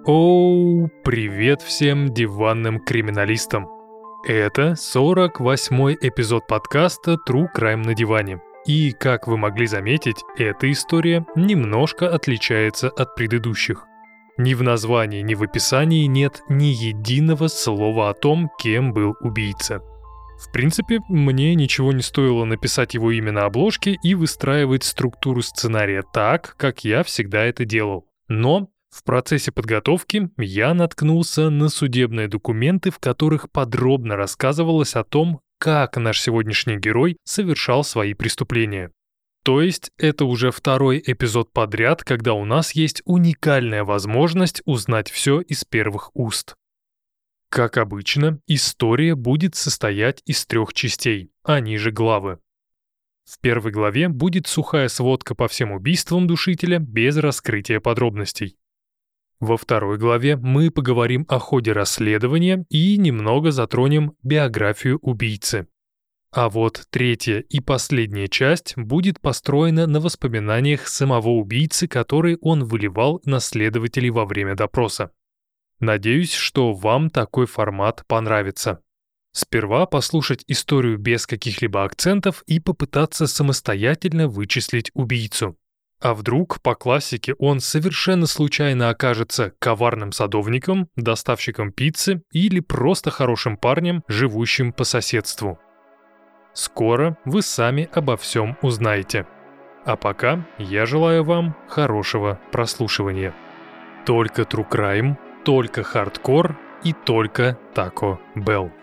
Оу, привет всем диванным криминалистам! Это 48-й эпизод подкаста True Crime на диване. И, как вы могли заметить, эта история немножко отличается от предыдущих. Ни в названии, ни в описании нет ни единого слова о том, кем был убийца. В принципе, мне ничего не стоило написать его имя на обложке и выстраивать структуру сценария так, как я всегда это делал. Но в процессе подготовки я наткнулся на судебные документы, в которых подробно рассказывалось о том, как наш сегодняшний герой совершал свои преступления. То есть это уже второй эпизод подряд, когда у нас есть уникальная возможность узнать все из первых уст. Как обычно, история будет состоять из 3 частей, они же главы. В первой главе будет сухая сводка по всем убийствам душителя без раскрытия подробностей. Во второй главе мы поговорим о ходе расследования и немного затронем биографию убийцы. А вот третья и последняя часть будет построена на воспоминаниях самого убийцы, которые он выливал на следователей во время допроса. Надеюсь, что вам такой формат понравится. Сперва послушать историю без каких-либо акцентов и попытаться самостоятельно вычислить убийцу. А вдруг, по классике, он совершенно случайно окажется коварным садовником, доставщиком пиццы или просто хорошим парнем, живущим по соседству. Скоро вы сами обо всем узнаете. А пока я желаю вам хорошего прослушивания. Только True Crime, только хардкор и только Taco Bell.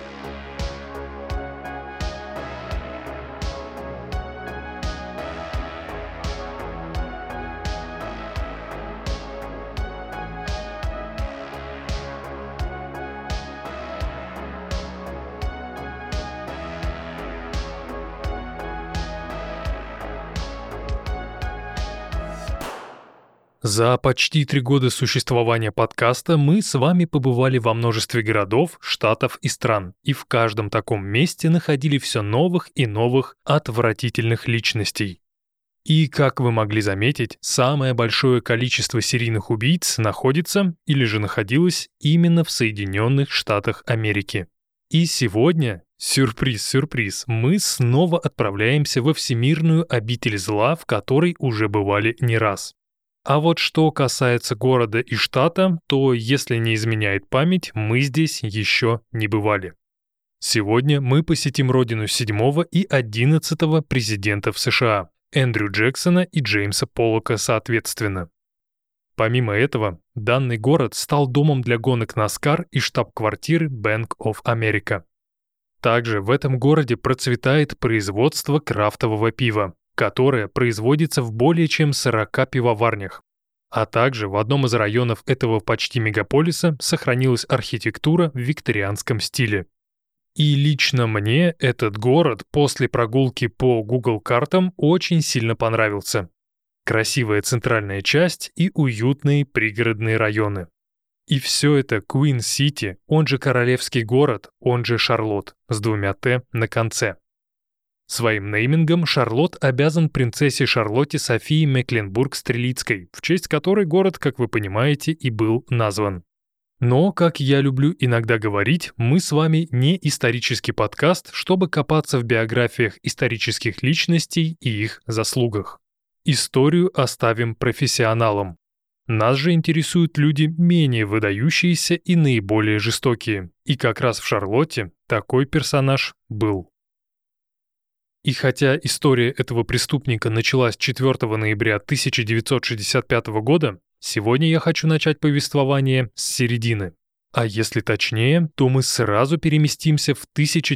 За почти 3 года существования подкаста мы с вами побывали во множестве городов, штатов и стран, и в каждом таком месте находили все новых и новых отвратительных личностей. И, как вы могли заметить, самое большое количество серийных убийц находится или же находилось именно в Соединенных Штатах Америки. И сегодня, сюрприз-сюрприз, мы снова отправляемся во всемирную обитель зла, в которой уже бывали не раз. А вот что касается города и штата, то, если не изменяет память, мы здесь еще не бывали. Сегодня мы посетим родину 7-го и 11-го президентов США, Эндрю Джексона и Джеймса Поллока соответственно. Помимо этого, данный город стал домом для гонок NASCAR и штаб-квартиры Bank of America. Также в этом городе процветает производство крафтового пива, которое производится в более чем 40 пивоварнях. А также в одном из районов этого почти мегаполиса сохранилась архитектура в викторианском стиле. И лично мне этот город после прогулки по Google картам очень сильно понравился. Красивая центральная часть и уютные пригородные районы. И все это Куин-Сити, он же Королевский город, он же Шарлотт, с 2 «Т» на конце. Своим неймингом Шарлотт обязан принцессе Шарлотте Софии Мекленбург-Стрелицкой, в честь которой город, как вы понимаете, и был назван. Но, как я люблю иногда говорить, мы с вами не исторический подкаст, чтобы копаться в биографиях исторических личностей и их заслугах. Историю оставим профессионалам. Нас же интересуют люди менее выдающиеся и наиболее жестокие. И как раз в Шарлотте такой персонаж был. И хотя история этого преступника началась 4 ноября 1965 года, сегодня я хочу начать повествование с середины. А если точнее, то мы сразу переместимся в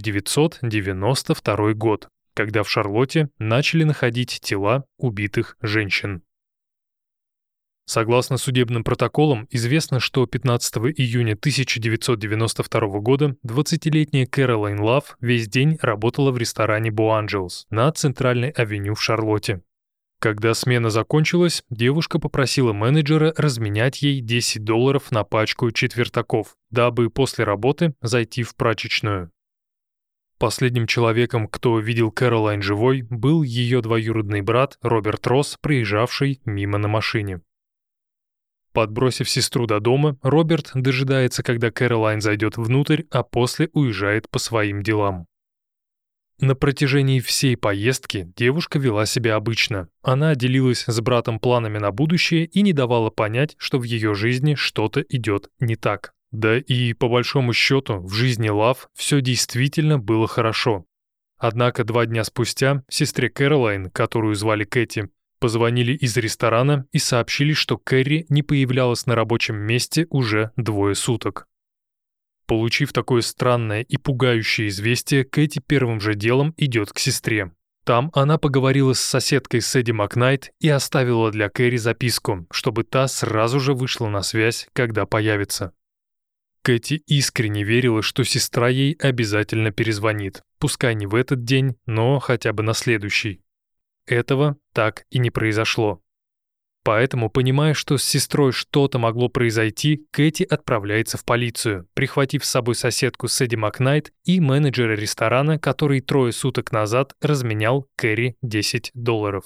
1992 год, когда в Шарлотте начали находить тела убитых женщин. Согласно судебным протоколам, известно, что 15 июня 1992 года 20-летняя Кэролайн Лав весь день работала в ресторане Bo-Angels на Центральной авеню в Шарлотте. Когда смена закончилась, девушка попросила менеджера разменять ей $10 на пачку четвертаков, дабы после работы зайти в прачечную. Последним человеком, кто видел Кэролайн живой, был ее двоюродный брат Роберт Росс, проезжавший мимо на машине. Подбросив сестру до дома, Роберт дожидается, когда Кэролайн зайдет внутрь, а после уезжает по своим делам. На протяжении всей поездки девушка вела себя обычно. Она делилась с братом планами на будущее и не давала понять, что в ее жизни что-то идет не так. Да и, по большому счету, в жизни Лав все действительно было хорошо. Однако 2 дня спустя сестре Кэролайн, которую звали Кэти, позвонили из ресторана и сообщили, что Кэрри не появлялась на рабочем месте уже 2 суток. Получив такое странное и пугающее известие, Кэти первым же делом идет к сестре. Там она поговорила с соседкой Сэдди Макнайт и оставила для Кэрри записку, чтобы та сразу же вышла на связь, когда появится. Кэти искренне верила, что сестра ей обязательно перезвонит, пускай не в этот день, но хотя бы на следующий. Этого так и не произошло. Поэтому, понимая, что с сестрой что-то могло произойти, Кэти отправляется в полицию, прихватив с собой соседку Сэдди Макнайт и менеджера ресторана, который 3 суток назад разменял Кэрри $10.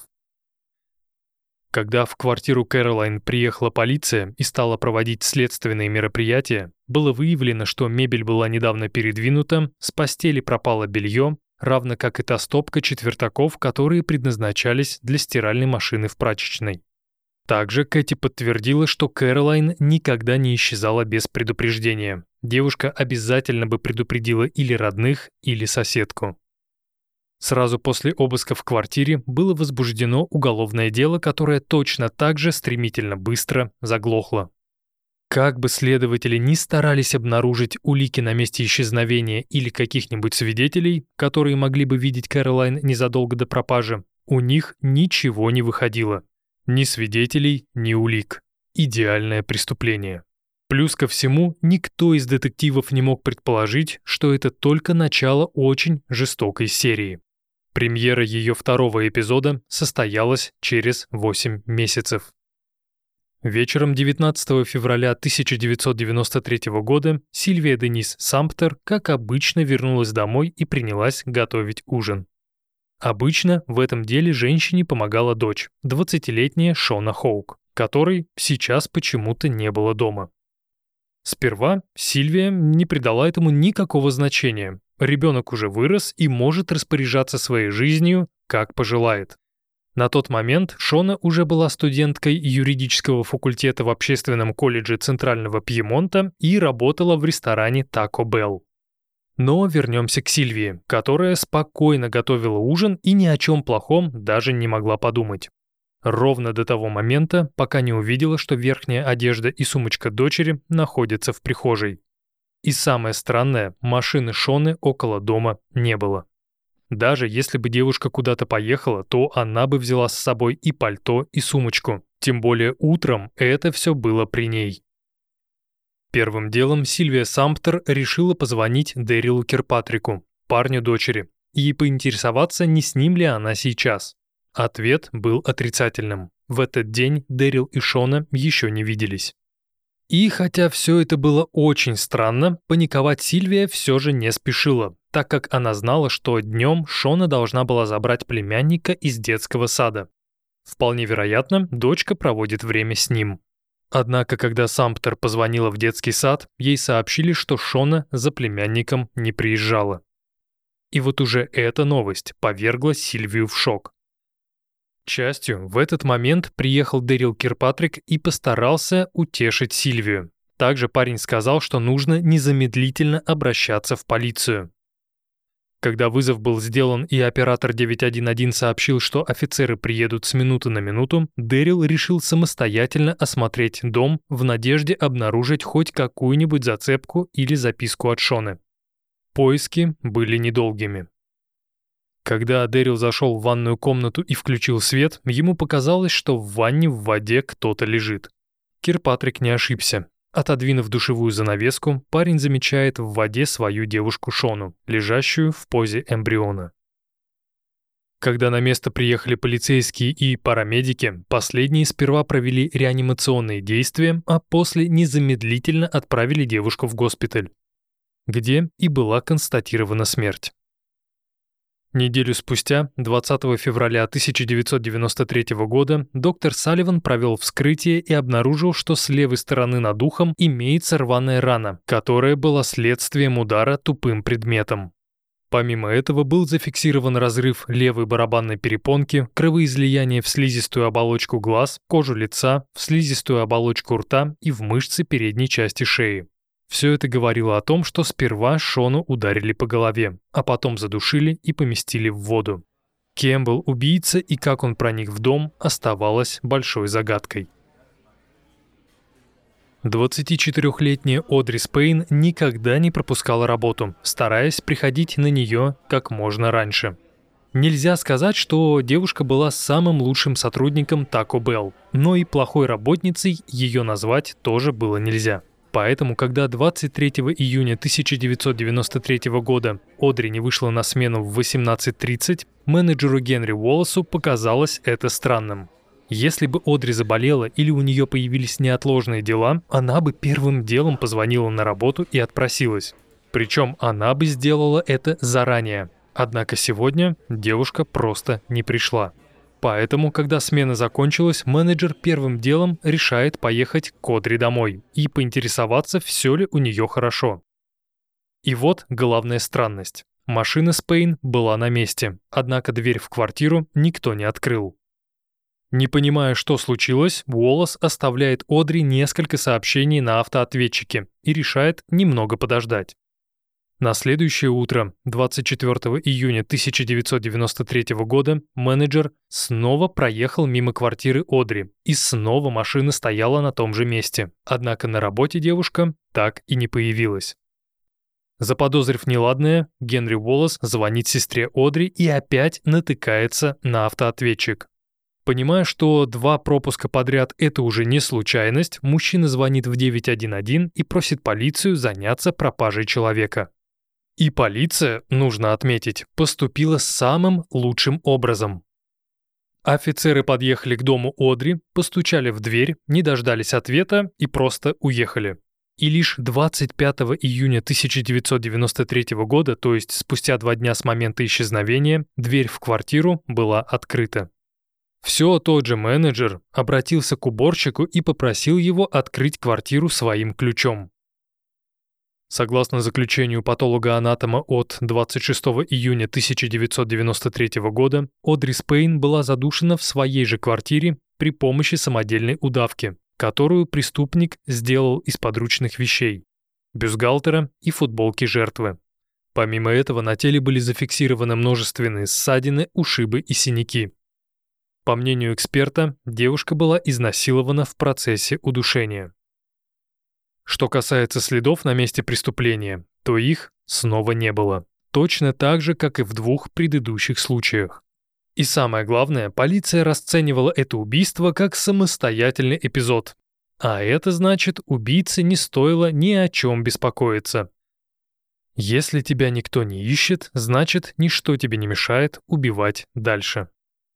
Когда в квартиру Кэролайн приехала полиция и стала проводить следственные мероприятия, было выявлено, что мебель была недавно передвинута, с постели пропало белье, равно как и та стопка четвертаков, которые предназначались для стиральной машины в прачечной. Также Кэти подтвердила, что Кэролайн никогда не исчезала без предупреждения. Девушка обязательно бы предупредила или родных, или соседку. Сразу после обыска в квартире было возбуждено уголовное дело, которое точно так же стремительно быстро заглохло. Как бы следователи ни старались обнаружить улики на месте исчезновения или каких-нибудь свидетелей, которые могли бы видеть Кэролайн незадолго до пропажи, у них ничего не выходило. Ни свидетелей, ни улик. Идеальное преступление. Плюс ко всему, никто из детективов не мог предположить, что это только начало очень жестокой серии. Премьера ее 2-го эпизода состоялась через 8 месяцев. Вечером 19 февраля 1993 года Сильвия Денис Самптер, как обычно, вернулась домой и принялась готовить ужин. Обычно в этом деле женщине помогала дочь, 20-летняя Шона Хоук, которой сейчас почему-то не было дома. Сперва Сильвия не придала этому никакого значения. Ребенок уже вырос и может распоряжаться своей жизнью, как пожелает. На тот момент Шона уже была студенткой юридического факультета в общественном колледже Центрального Пьемонта и работала в ресторане Taco Bell. Но вернемся к Сильвии, которая спокойно готовила ужин и ни о чем плохом даже не могла подумать. Ровно до того момента, пока не увидела, что верхняя одежда и сумочка дочери находятся в прихожей. И самое странное, машины Шоны около дома не было. Даже если бы девушка куда-то поехала, то она бы взяла с собой и пальто, и сумочку. Тем более утром это все было при ней. Первым делом Сильвия Самптер решила позвонить Дэрилу Кирпатрику, парню дочери, и поинтересоваться, не с ним ли она сейчас. Ответ был отрицательным. В этот день Дэрил и Шона еще не виделись. И хотя все это было очень странно, паниковать Сильвия все же не спешила, так как она знала, что днем Шона должна была забрать племянника из детского сада. Вполне вероятно, дочка проводит время с ним. Однако, когда Самптер позвонила в детский сад, ей сообщили, что Шона за племянником не приезжала. И вот уже эта новость повергла Сильвию в шок. К счастью, в этот момент приехал Дэрил Кирпатрик и постарался утешить Сильвию. Также парень сказал, что нужно незамедлительно обращаться в полицию. Когда вызов был сделан и оператор 911 сообщил, что офицеры приедут с минуты на минуту, Дэрил решил самостоятельно осмотреть дом в надежде обнаружить хоть какую-нибудь зацепку или записку от Шоны. Поиски были недолгими. Когда Дэрил зашел в ванную комнату и включил свет, ему показалось, что в ванне в воде кто-то лежит. Кирпатрик не ошибся. Отодвинув душевую занавеску, парень замечает в воде свою девушку Шону, лежащую в позе эмбриона. Когда на место приехали полицейские и парамедики, последние сперва провели реанимационные действия, а после незамедлительно отправили девушку в госпиталь, где и была констатирована смерть. Неделю спустя, 20 февраля 1993 года, доктор Салливан провел вскрытие и обнаружил, что с левой стороны над ухом имеется рваная рана, которая была следствием удара тупым предметом. Помимо этого был зафиксирован разрыв левой барабанной перепонки, кровоизлияние в слизистую оболочку глаз, кожу лица, в слизистую оболочку рта и в мышцы передней части шеи. Все это говорило о том, что сперва Шону ударили по голове, а потом задушили и поместили в воду. Кем был убийца и как он проник в дом, оставалось большой загадкой. 24-летняя Одри Спейн никогда не пропускала работу, стараясь приходить на нее как можно раньше. Нельзя сказать, что девушка была самым лучшим сотрудником Taco Bell, но и плохой работницей ее назвать тоже было нельзя. Поэтому, когда 23 июня 1993 года Одри не вышла на смену в 18:30, менеджеру Генри Уоллесу показалось это странным. Если бы Одри заболела или у нее появились неотложные дела, она бы первым делом позвонила на работу и отпросилась. Причем она бы сделала это заранее. Однако сегодня девушка просто не пришла. Поэтому, когда смена закончилась, менеджер первым делом решает поехать к Одри домой и поинтересоваться, все ли у нее хорошо. И вот главная странность. Машина Спейн была на месте, однако дверь в квартиру никто не открыл. Не понимая, что случилось, Уоллес оставляет Одри несколько сообщений на автоответчике и решает немного подождать. На следующее утро, 24 июня 1993 года, менеджер снова проехал мимо квартиры Одри, и снова машина стояла на том же месте. Однако на работе девушка так и не появилась. Заподозрив неладное, Генри Уоллес звонит сестре Одри и опять натыкается на автоответчик. Понимая, что 2 пропуска подряд – это уже не случайность, мужчина звонит в 911 и просит полицию заняться пропажей человека. И полиция, нужно отметить, поступила самым лучшим образом. Офицеры подъехали к дому Одри, постучали в дверь, не дождались ответа и просто уехали. И лишь 25 июня 1993 года, то есть спустя 2 дня с момента исчезновения, дверь в квартиру была открыта. Все тот же менеджер обратился к уборщику и попросил его открыть квартиру своим ключом. Согласно заключению патолога-анатома от 26 июня 1993 года, Одри Спейн была задушена в своей же квартире при помощи самодельной удавки, которую преступник сделал из подручных вещей – бюстгальтера и футболки жертвы. Помимо этого на теле были зафиксированы множественные ссадины, ушибы и синяки. По мнению эксперта, девушка была изнасилована в процессе удушения. Что касается следов на месте преступления, то их снова не было. Точно так же, как и в 2 предыдущих случаях. И самое главное, полиция расценивала это убийство как самостоятельный эпизод. А это значит, убийце не стоило ни о чем беспокоиться. Если тебя никто не ищет, значит, ничто тебе не мешает убивать дальше.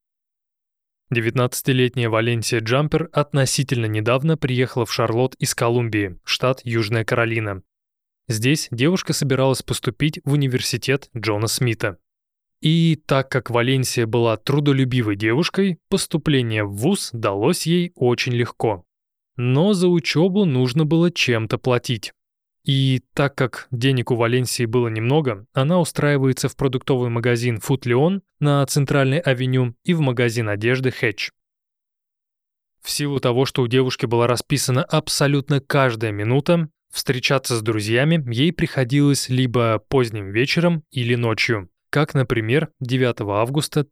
19-летняя Валенсия Джампер относительно недавно приехала в Шарлотт из Колумбии, штат Южная Каролина. Здесь девушка собиралась поступить в университет Джона Смита. И так как Валенсия была трудолюбивой девушкой, поступление в вуз далось ей очень легко. Но за учебу нужно было чем-то платить. И так как денег у Валенсии было немного, она устраивается в продуктовый магазин Food Lion на Центральной авеню и в магазин одежды Hedge. В силу того, что у девушки была расписана абсолютно каждая минута, встречаться с друзьями ей приходилось либо поздним вечером или ночью, как, например, 9 августа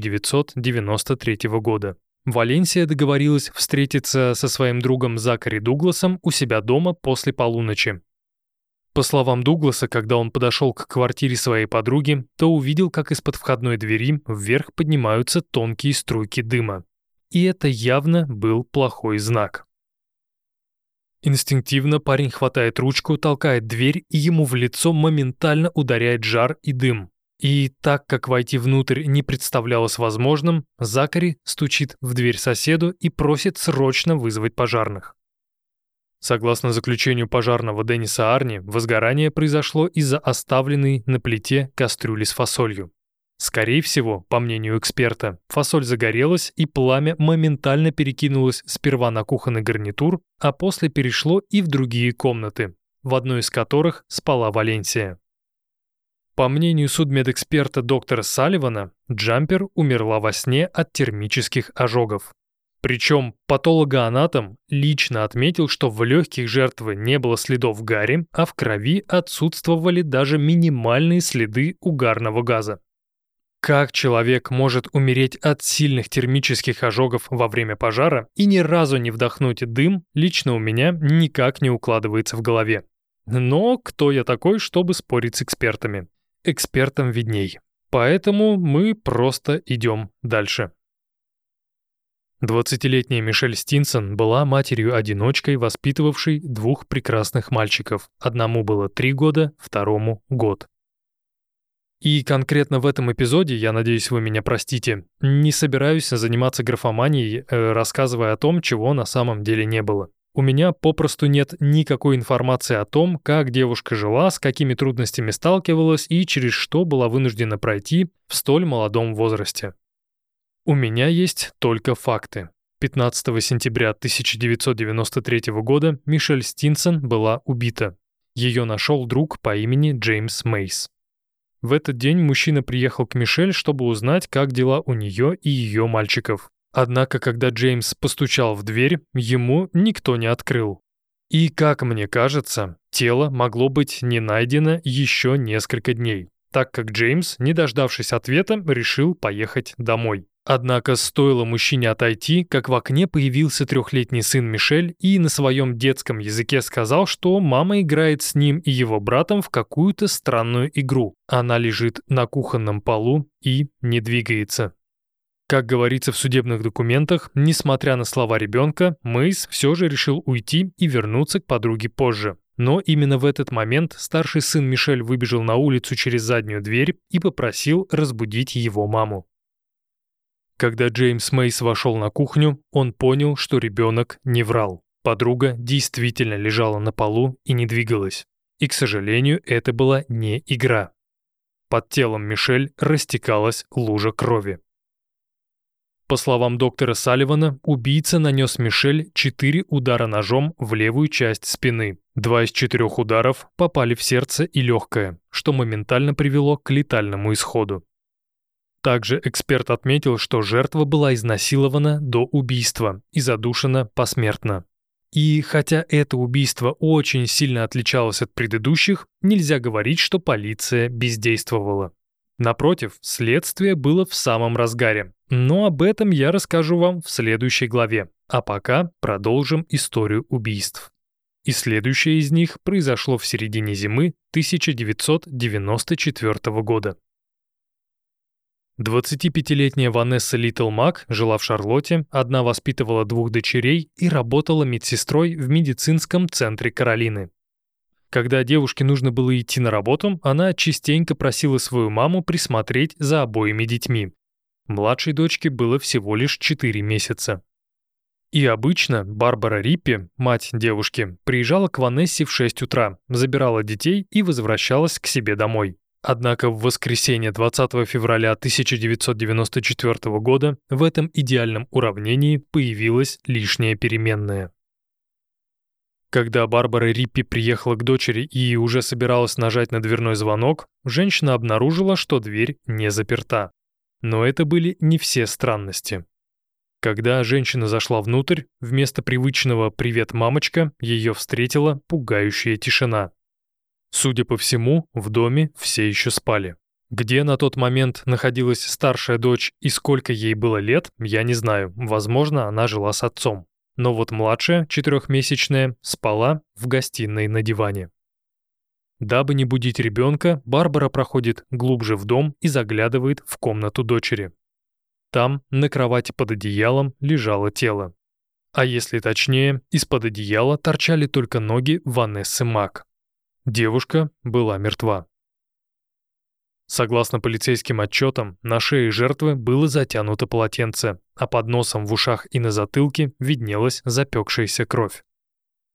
1993 года. Валенсия договорилась встретиться со своим другом Закари Дугласом у себя дома после полуночи. По словам Дугласа, когда он подошел к квартире своей подруги, то увидел, как из-под входной двери вверх поднимаются тонкие струйки дыма. И это явно был плохой знак. Инстинктивно парень хватает ручку, толкает дверь, и ему в лицо моментально ударяет жар и дым. И так как войти внутрь не представлялось возможным, Закари стучит в дверь соседу и просит срочно вызвать пожарных. Согласно заключению пожарного Денниса Арни, возгорание произошло из-за оставленной на плите кастрюли с фасолью. Скорее всего, по мнению эксперта, фасоль загорелась, и пламя моментально перекинулось сперва на кухонный гарнитур, а после перешло и в другие комнаты, в одной из которых спала Валенсия. По мнению судмедэксперта доктора Салливана, Джампер умерла во сне от термических ожогов. Причем патологоанатом лично отметил, что в легких жертвы не было следов гари, а в крови отсутствовали даже минимальные следы угарного газа. Как человек может умереть от сильных термических ожогов во время пожара и ни разу не вдохнуть дым, лично у меня никак не укладывается в голове. Но кто я такой, чтобы спорить с экспертами? Экспертам видней. Поэтому мы просто идем дальше. 20-летняя Мишель Стинсон была матерью-одиночкой, воспитывавшей двух прекрасных мальчиков. Одному было 3 года, второму — год. И конкретно в этом эпизоде, я надеюсь, вы меня простите, не собираюсь заниматься графоманией, рассказывая о том, чего на самом деле не было. У меня попросту нет никакой информации о том, как девушка жила, с какими трудностями сталкивалась и через что была вынуждена пройти в столь молодом возрасте. У меня есть только факты. 15 сентября 1993 года Мишель Стинсон была убита. Ее нашел друг по имени Джеймс Мейс. В этот день мужчина приехал к Мишель, чтобы узнать, как дела у нее и ее мальчиков. Однако, когда Джеймс постучал в дверь, ему никто не открыл. И, как мне кажется, тело могло быть не найдено еще несколько дней, так как Джеймс, не дождавшись ответа, решил поехать домой. Однако стоило мужчине отойти, как в окне появился 3-летний сын Мишель и на своем детском языке сказал, что мама играет с ним и его братом в какую-то странную игру. Она лежит на кухонном полу и не двигается. Как говорится в судебных документах, несмотря на слова ребенка, Мейс все же решил уйти и вернуться к подруге позже. Но именно в этот момент старший сын Мишель выбежал на улицу через заднюю дверь и попросил разбудить его маму. Когда Джеймс Мейс вошел на кухню, он понял, что ребенок не врал. Подруга действительно лежала на полу и не двигалась. И, к сожалению, это была не игра. Под телом Мишель растекалась лужа крови. По словам доктора Салливана, убийца нанес Мишель 4 удара ножом в левую часть спины. 2 из 4 ударов попали в сердце и легкое, что моментально привело к летальному исходу. Также эксперт отметил, что жертва была изнасилована до убийства и задушена посмертно. И хотя это убийство очень сильно отличалось от предыдущих, нельзя говорить, что полиция бездействовала. Напротив, следствие было в самом разгаре. Но об этом я расскажу вам в следующей главе. А пока продолжим историю убийств. И следующее из них произошло в середине зимы 1994 года. 25-летняя Ванесса Литл Мак жила в Шарлотте, одна воспитывала 2 дочерей и работала медсестрой в медицинском центре Каролины. Когда девушке нужно было идти на работу, она частенько просила свою маму присмотреть за обоими детьми. Младшей дочке было всего лишь 4 месяца. И обычно Барбара Риппи, мать девушки, приезжала к Ванессе в 6 утра, забирала детей и возвращалась к себе домой. Однако в воскресенье 20 февраля 1994 года в этом идеальном уравнении появилась лишняя переменная. Когда Барбара Риппи приехала к дочери и уже собиралась нажать на дверной звонок, женщина обнаружила, что дверь не заперта. Но это были не все странности. Когда женщина зашла внутрь, вместо привычного «Привет, мамочка» ее встретила пугающая тишина. Судя по всему, в доме все еще спали. Где на тот момент находилась старшая дочь и сколько ей было лет, я не знаю. Возможно, она жила с отцом. Но вот младшая, 4-месячная, спала в гостиной на диване. Дабы не будить ребенка, Барбара проходит глубже в дом и заглядывает в комнату дочери. Там, на кровати под одеялом, лежало тело. А если точнее, из-под одеяла торчали только ноги Ванессы Мак. Девушка была мертва. Согласно полицейским отчетам, на шее жертвы было затянуто полотенце, а под носом, в ушах и на затылке виднелась запекшаяся кровь.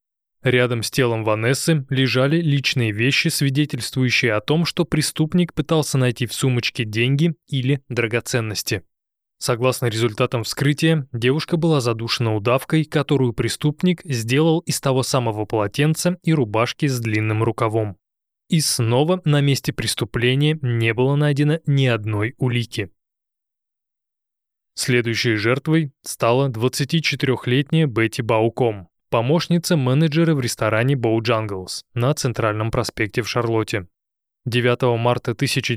Рядом с телом Ванессы лежали личные вещи, свидетельствующие о том, что преступник пытался найти в сумочке деньги или драгоценности. Согласно результатам вскрытия, девушка была задушена удавкой, которую преступник сделал из того самого полотенца и рубашки с длинным рукавом. И снова на месте преступления не было найдено ни одной улики. Следующей жертвой стала 24-летняя Бетти Бауком, помощница менеджера в ресторане Боуджанглс на Центральном проспекте в Шарлотте. 9 марта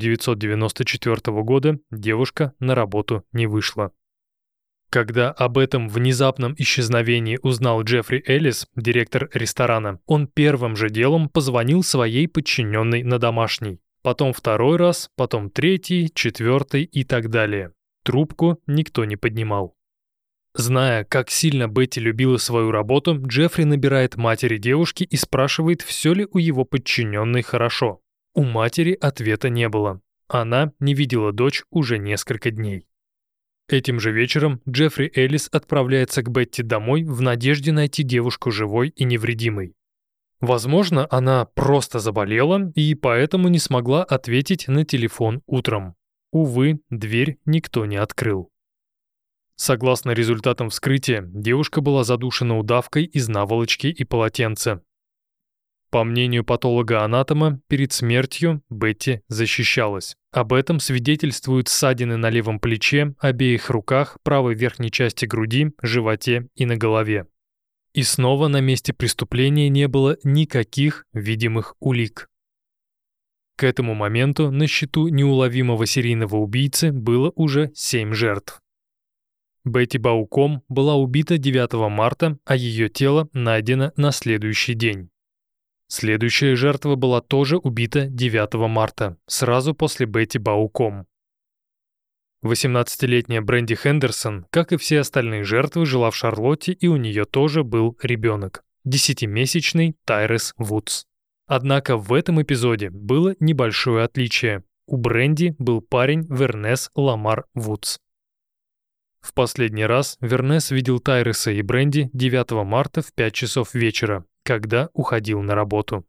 1994 года девушка на работу не вышла. Когда об этом внезапном исчезновении узнал Джеффри Эллис, директор ресторана, он первым же делом позвонил своей подчиненной на домашний. Потом второй раз, потом третий, четвертый и так далее. Трубку никто не поднимал. Зная, как сильно Бетти любила свою работу, Джеффри набирает матери девушки и спрашивает, все ли у его подчиненной хорошо. У матери ответа не было. Она не видела дочь уже несколько дней. Этим же вечером Джеффри Эллис отправляется к Бетти домой в надежде найти девушку живой и невредимой. Возможно, она просто заболела и поэтому не смогла ответить на телефон утром. Увы, дверь никто не открыл. Согласно результатам вскрытия, девушка была задушена удавкой из наволочки и полотенца. По мнению патолога-анатома, перед смертью Бетти защищалась. Об этом свидетельствуют ссадины на левом плече, обеих руках, правой верхней части груди, животе и на голове. И снова на месте преступления не было никаких видимых улик. К этому моменту на счету неуловимого серийного убийцы было уже 7 жертв. Бетти Бауком была убита 9 марта, а ее тело найдено на следующий день. Следующая жертва была тоже убита 9 марта, сразу после Бетти Бауком. 18-летняя Бренди Хендерсон, как и все остальные жертвы, жила в Шарлотте, и у нее тоже был ребенок – 10-месячный Тайрес Вудс. Однако в этом эпизоде было небольшое отличие. У Бренди был парень Вернес Ламар Вудс. В последний раз Вернес видел Тайреса и Бренди 9 марта в 5 часов вечера, когда уходил на работу.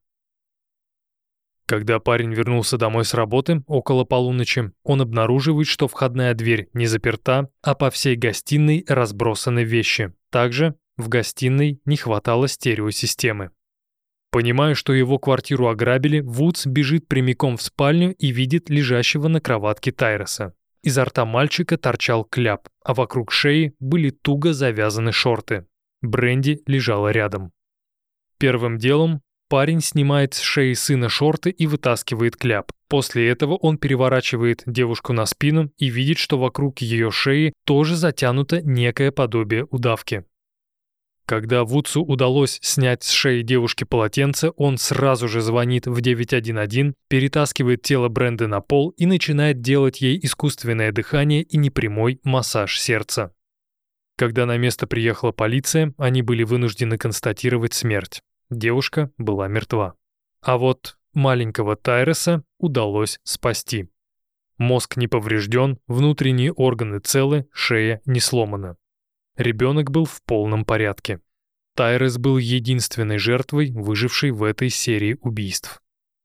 Когда парень вернулся домой с работы около полуночи, он обнаруживает, что входная дверь не заперта, а по всей гостиной разбросаны вещи. Также в гостиной не хватало стереосистемы. Понимая, что его квартиру ограбили, Вудс бежит прямиком в спальню и видит лежащего на кроватке Тайреса. Изо рта мальчика торчал кляп, а вокруг шеи были туго завязаны шорты. Бренди лежала рядом. Первым делом парень снимает с шеи сына шорты и вытаскивает кляп. После этого он переворачивает девушку на спину и видит, что вокруг ее шеи тоже затянуто некое подобие удавки. Когда Вудсу удалось снять с шеи девушки полотенце, он сразу же звонит в 911, перетаскивает тело Бренды на пол и начинает делать ей искусственное дыхание и непрямой массаж сердца. Когда на место приехала полиция, они были вынуждены констатировать смерть. Девушка была мертва. А вот маленького Тайреса удалось спасти. Мозг не поврежден, внутренние органы целы, шея не сломана. Ребенок был в полном порядке. Тайрес был единственной жертвой, выжившей в этой серии убийств.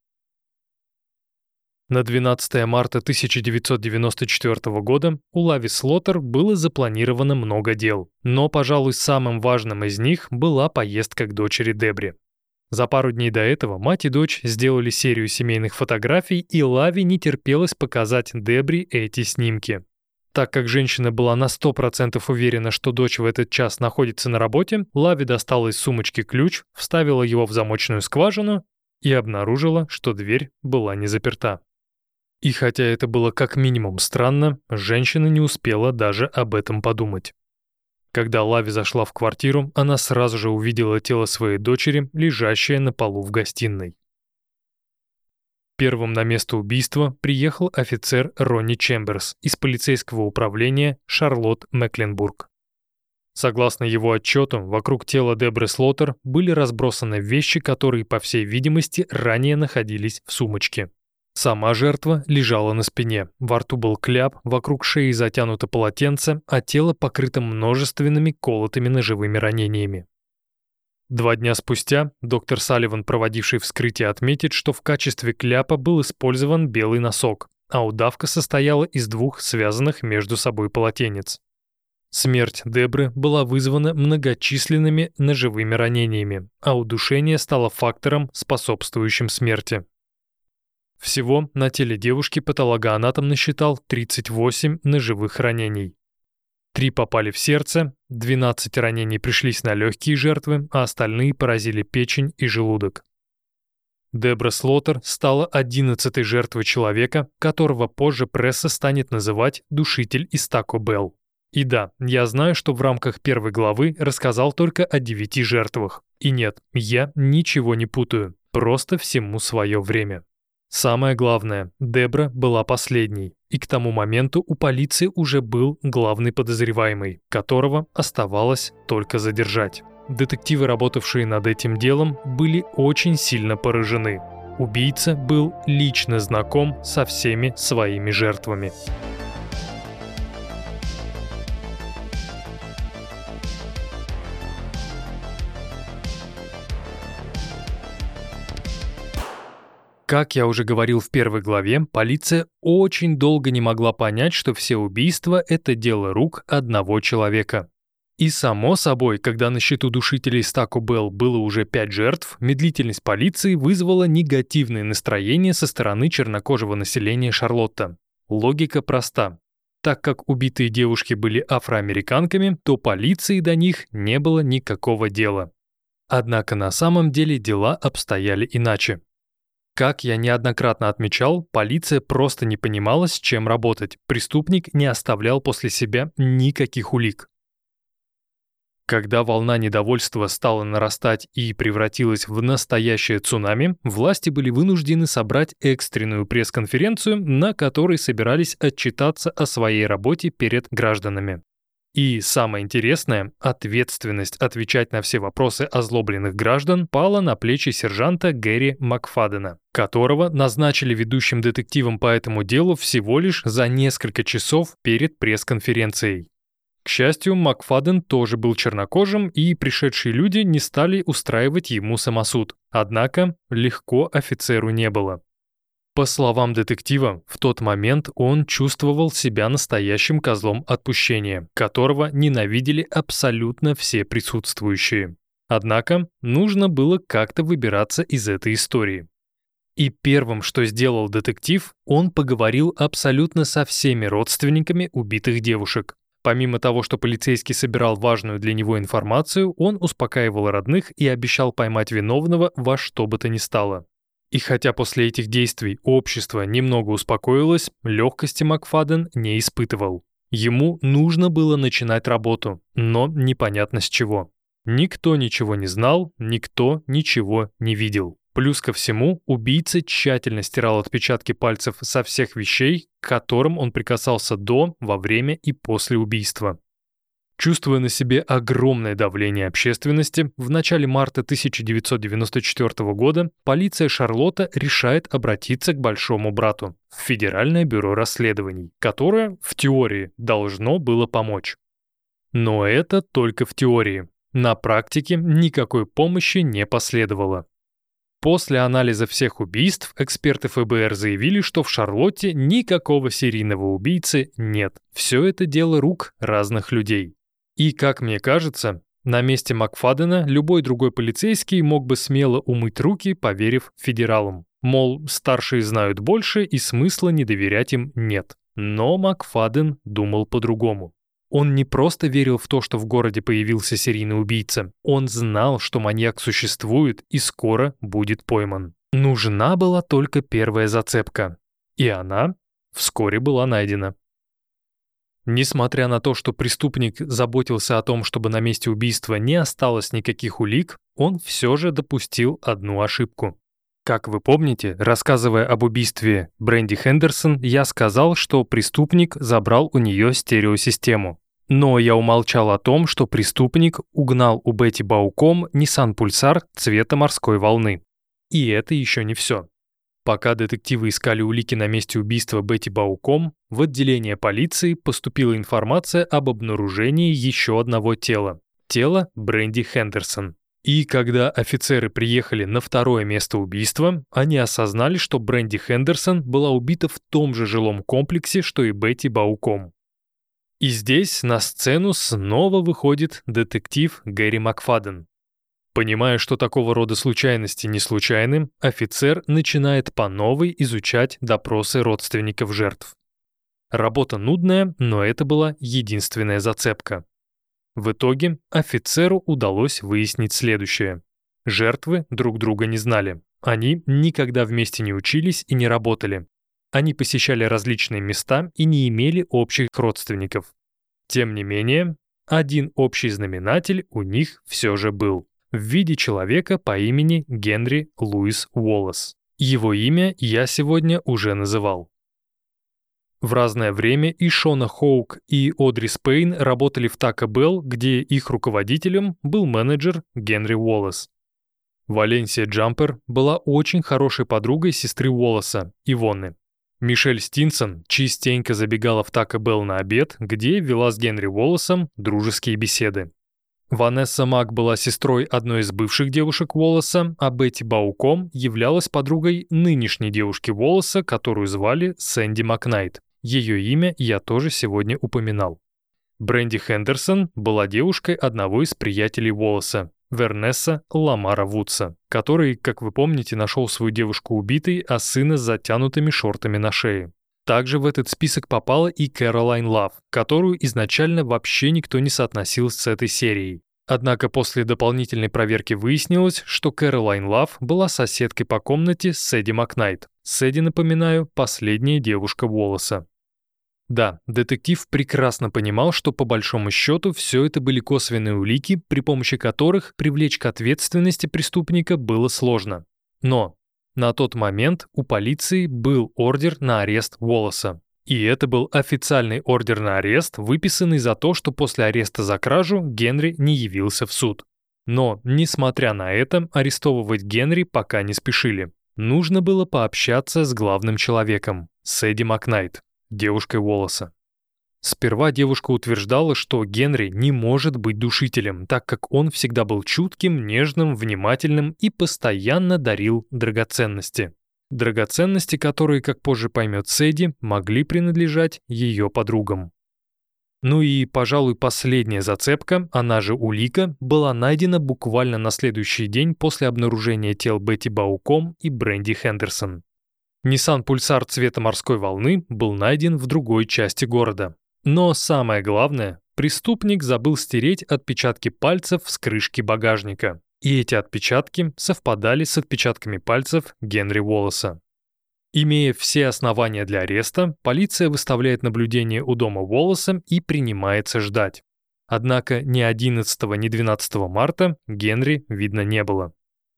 На 12 марта 1994 года у Лави Слоттер было запланировано много дел, но, пожалуй, самым важным из них была поездка к дочери Дебри. За пару дней до этого мать и дочь сделали серию семейных фотографий, и Лави не терпелось показать Дебри эти снимки. Так как женщина была на 100% уверена, что дочь в этот час находится на работе, Лави достала из сумочки ключ, вставила его в замочную скважину и обнаружила, что дверь была не заперта. И хотя это было как минимум странно, женщина не успела даже об этом подумать. Когда Лави зашла в квартиру, она сразу же увидела тело своей дочери, лежащее на полу в гостиной. Первым на место убийства приехал офицер Ронни Чемберс из полицейского управления Шарлотт-Мекленбург. Согласно его отчету, вокруг тела Дебры Слоттер были разбросаны вещи, которые, по всей видимости, ранее находились в сумочке. Сама жертва лежала на спине, во рту был кляп, вокруг шеи затянуто полотенце, а тело покрыто множественными колотыми ножевыми ранениями. 2 дня спустя доктор Салливан, проводивший вскрытие, отметит, что в качестве кляпа был использован белый носок, а удавка состояла из 2 связанных между собой полотенец. Смерть Дебры была вызвана многочисленными ножевыми ранениями, а удушение стало фактором, способствующим смерти. Всего на теле девушки патологоанатом насчитал 38 ножевых ранений. 3 попали в сердце, 12 ранений пришлись на легкие жертвы, а остальные поразили печень и желудок. Дебра Слоттер стала 11-й жертвой человека, которого позже пресса станет называть «душитель из Тако Белл». И да, я знаю, что в рамках первой главы рассказал только о 9 жертвах. И нет, я ничего не путаю, просто всему свое время. Самое главное, Дебра была последней, и к тому моменту у полиции уже был главный подозреваемый, которого оставалось только задержать. Детективы, работавшие над этим делом, были очень сильно поражены. Убийца был лично знаком со всеми своими жертвами. Как я уже говорил в первой главе, полиция очень долго не могла понять, что все убийства — это дело рук одного человека. И само собой, когда на счету душителей из Тако Белл было уже 5 жертв, медлительность полиции вызвала негативное настроение со стороны чернокожего населения Шарлотта. Логика проста. Так как убитые девушки были афроамериканками, то полиции до них не было никакого дела. Однако на самом деле дела обстояли иначе. Как я неоднократно отмечал, полиция просто не понимала, с чем работать. Преступник не оставлял после себя никаких улик. Когда волна недовольства стала нарастать и превратилась в настоящее цунами, власти были вынуждены собрать экстренную пресс-конференцию, на которой собирались отчитаться о своей работе перед гражданами. И самое интересное, ответственность отвечать на все вопросы озлобленных граждан пала на плечи сержанта Гэри Макфадена, которого назначили ведущим детективом по этому делу всего лишь за несколько часов перед пресс-конференцией. К счастью, Макфаден тоже был чернокожим, и пришедшие люди не стали устраивать ему самосуд. Однако легко офицеру не было. По словам детектива, в тот момент он чувствовал себя настоящим козлом отпущения, которого ненавидели абсолютно все присутствующие. Однако нужно было как-то выбираться из этой истории. И первым, что сделал детектив, он поговорил абсолютно со всеми родственниками убитых девушек. Помимо того, что полицейский собирал важную для него информацию, он успокаивал родных и обещал поймать виновного во что бы то ни стало. И хотя после этих действий общество немного успокоилось, легкости Макфаден не испытывал. Ему нужно было начинать работу, но непонятно с чего. Никто ничего не знал, никто ничего не видел. Плюс ко всему, убийца тщательно стирал отпечатки пальцев со всех вещей, к которым он прикасался до, во время и после убийства. Чувствуя на себе огромное давление общественности, в начале марта 1994 года полиция Шарлотта решает обратиться к большому брату в Федеральное бюро расследований, которое, в теории, должно было помочь. Но это только в теории. На практике никакой помощи не последовало. После анализа всех убийств эксперты ФБР заявили, что в Шарлотте никакого серийного убийцы нет. Все это дело рук разных людей. И, как мне кажется, на месте Макфадена любой другой полицейский мог бы смело умыть руки, поверив федералам. Мол, старшие знают больше и смысла не доверять им нет. Но Макфаден думал по-другому. Он не просто верил в то, что в городе появился серийный убийца. Он знал, что маньяк существует и скоро будет пойман. Нужна была только первая зацепка. И она вскоре была найдена. Несмотря на то, что преступник заботился о том, чтобы на месте убийства не осталось никаких улик, он все же допустил одну ошибку. Как вы помните, рассказывая об убийстве Бренди Хендерсон, я сказал, что преступник забрал у нее стереосистему. Но я умолчал о том, что преступник угнал у Бетти Бауком Nissan Pulsar цвета морской волны. И это еще не все. Пока детективы искали улики на месте убийства Бетти Бауком, в отделение полиции поступила информация об обнаружении еще одного тела. Тело Бренди Хендерсон. И когда офицеры приехали на второе место убийства, они осознали, что Бренди Хендерсон была убита в том же жилом комплексе, что и Бетти Бауком. И здесь на сцену снова выходит детектив Гэри Макфадден. Понимая, что такого рода случайности не случайны, офицер начинает по новой изучать допросы родственников жертв. Работа нудная, но это была единственная зацепка. В итоге офицеру удалось выяснить следующее. Жертвы друг друга не знали. Они никогда вместе не учились и не работали. Они посещали различные места и не имели общих родственников. Тем не менее, один общий знаменатель у них все же был. В виде человека по имени Генри Луис Уоллес. Его имя я сегодня уже называл. В разное время и Шона Хоук, и Одри Спейн работали в Taco Bell, где их руководителем был менеджер Генри Уоллес. Валенсия Джампер была очень хорошей подругой сестры Уоллеса, Ивонны. Мишель Стинсон частенько забегала в Taco Bell на обед, где вела с Генри Уоллесом дружеские беседы. Ванесса Мак была сестрой одной из бывших девушек Уоллеса, а Бетти Бауком являлась подругой нынешней девушки Уоллеса, которую звали Сэнди Макнайт. Ее имя я тоже сегодня упоминал. Бренди Хендерсон была девушкой одного из приятелей Уоллеса, Вернесса Ламара Вудса, который, как вы помните, нашел свою девушку убитой, а сына с затянутыми шортами на шее. Также в этот список попала и Кэролайн Лав, которую изначально вообще никто не соотносил с этой серией. Однако после дополнительной проверки выяснилось, что Кэролайн Лав была соседкой по комнате с Сэдди Макнайт. Сэдди, напоминаю, последняя девушка Уоллеса. Да, детектив прекрасно понимал, что по большому счету все это были косвенные улики, при помощи которых привлечь к ответственности преступника было сложно. Но на тот момент у полиции был ордер на арест Уоллеса. И это был официальный ордер на арест, выписанный за то, что после ареста за кражу Генри не явился в суд. Но, несмотря на это, арестовывать Генри пока не спешили. Нужно было пообщаться с главным человеком, Сэдди Макнайт, девушкой Уоллеса. Сперва девушка утверждала, что Генри не может быть душителем, так как он всегда был чутким, нежным, внимательным и постоянно дарил драгоценности. Драгоценности, которые, как позже поймет Сэдди, могли принадлежать ее подругам. Ну и, пожалуй, последняя зацепка, она же улика, была найдена буквально на следующий день после обнаружения тел Бетти Бауком и Бренди Хендерсон. Nissan Pulsar цвета морской волны был найден в другой части города. Но самое главное, преступник забыл стереть отпечатки пальцев с крышки багажника. И эти отпечатки совпадали с отпечатками пальцев Генри Уоллеса. Имея все основания для ареста, полиция выставляет наблюдение у дома Уоллеса и принимается ждать. Однако ни 11, ни 12 марта Генри видно не было.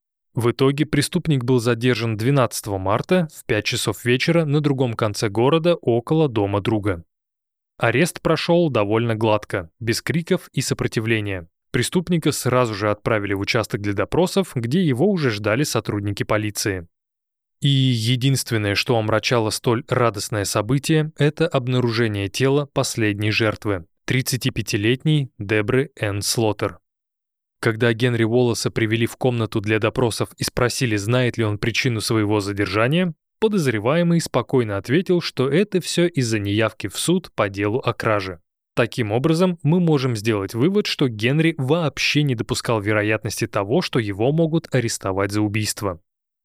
В итоге преступник был задержан 12 марта в 5 часов вечера на другом конце города около дома друга. Арест прошел довольно гладко, без криков и сопротивления. Преступника сразу же отправили в участок для допросов, где его уже ждали сотрудники полиции. И единственное, что омрачало столь радостное событие, это обнаружение тела последней жертвы, 35-летней Дебры Энн Слоттер. Когда Генри Уоллеса привели в комнату для допросов и спросили, знает ли он причину своего задержания, подозреваемый спокойно ответил, что это все из-за неявки в суд по делу о краже. Таким образом, мы можем сделать вывод, что Генри вообще не допускал вероятности того, что его могут арестовать за убийство.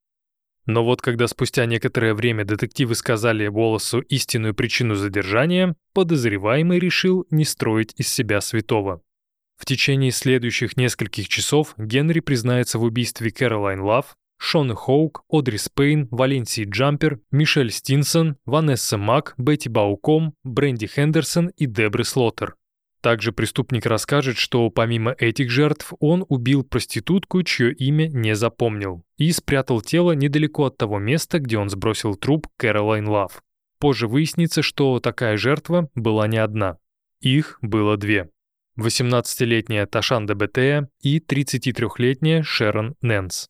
Но вот когда спустя некоторое время детективы сказали Уоллесу истинную причину задержания, подозреваемый решил не строить из себя святого. В течение следующих нескольких часов Генри признается в убийстве Кэролайн Лав, Шоны Хоук, Одри Спейн, Валенсии Джампер, Мишель Стинсон, Ванесса Мак, Бетти Бауком, Бренди Хендерсон и Дебры Слоттер. Также преступник расскажет, что помимо этих жертв он убил проститутку, чье имя не запомнил, и спрятал тело недалеко от того места, где он сбросил труп Кэролайн Лав. Позже выяснится, что такая жертва была не одна. Их было две. 18-летняя Ташанда Бетея и 33-летняя Шерон Нэнс.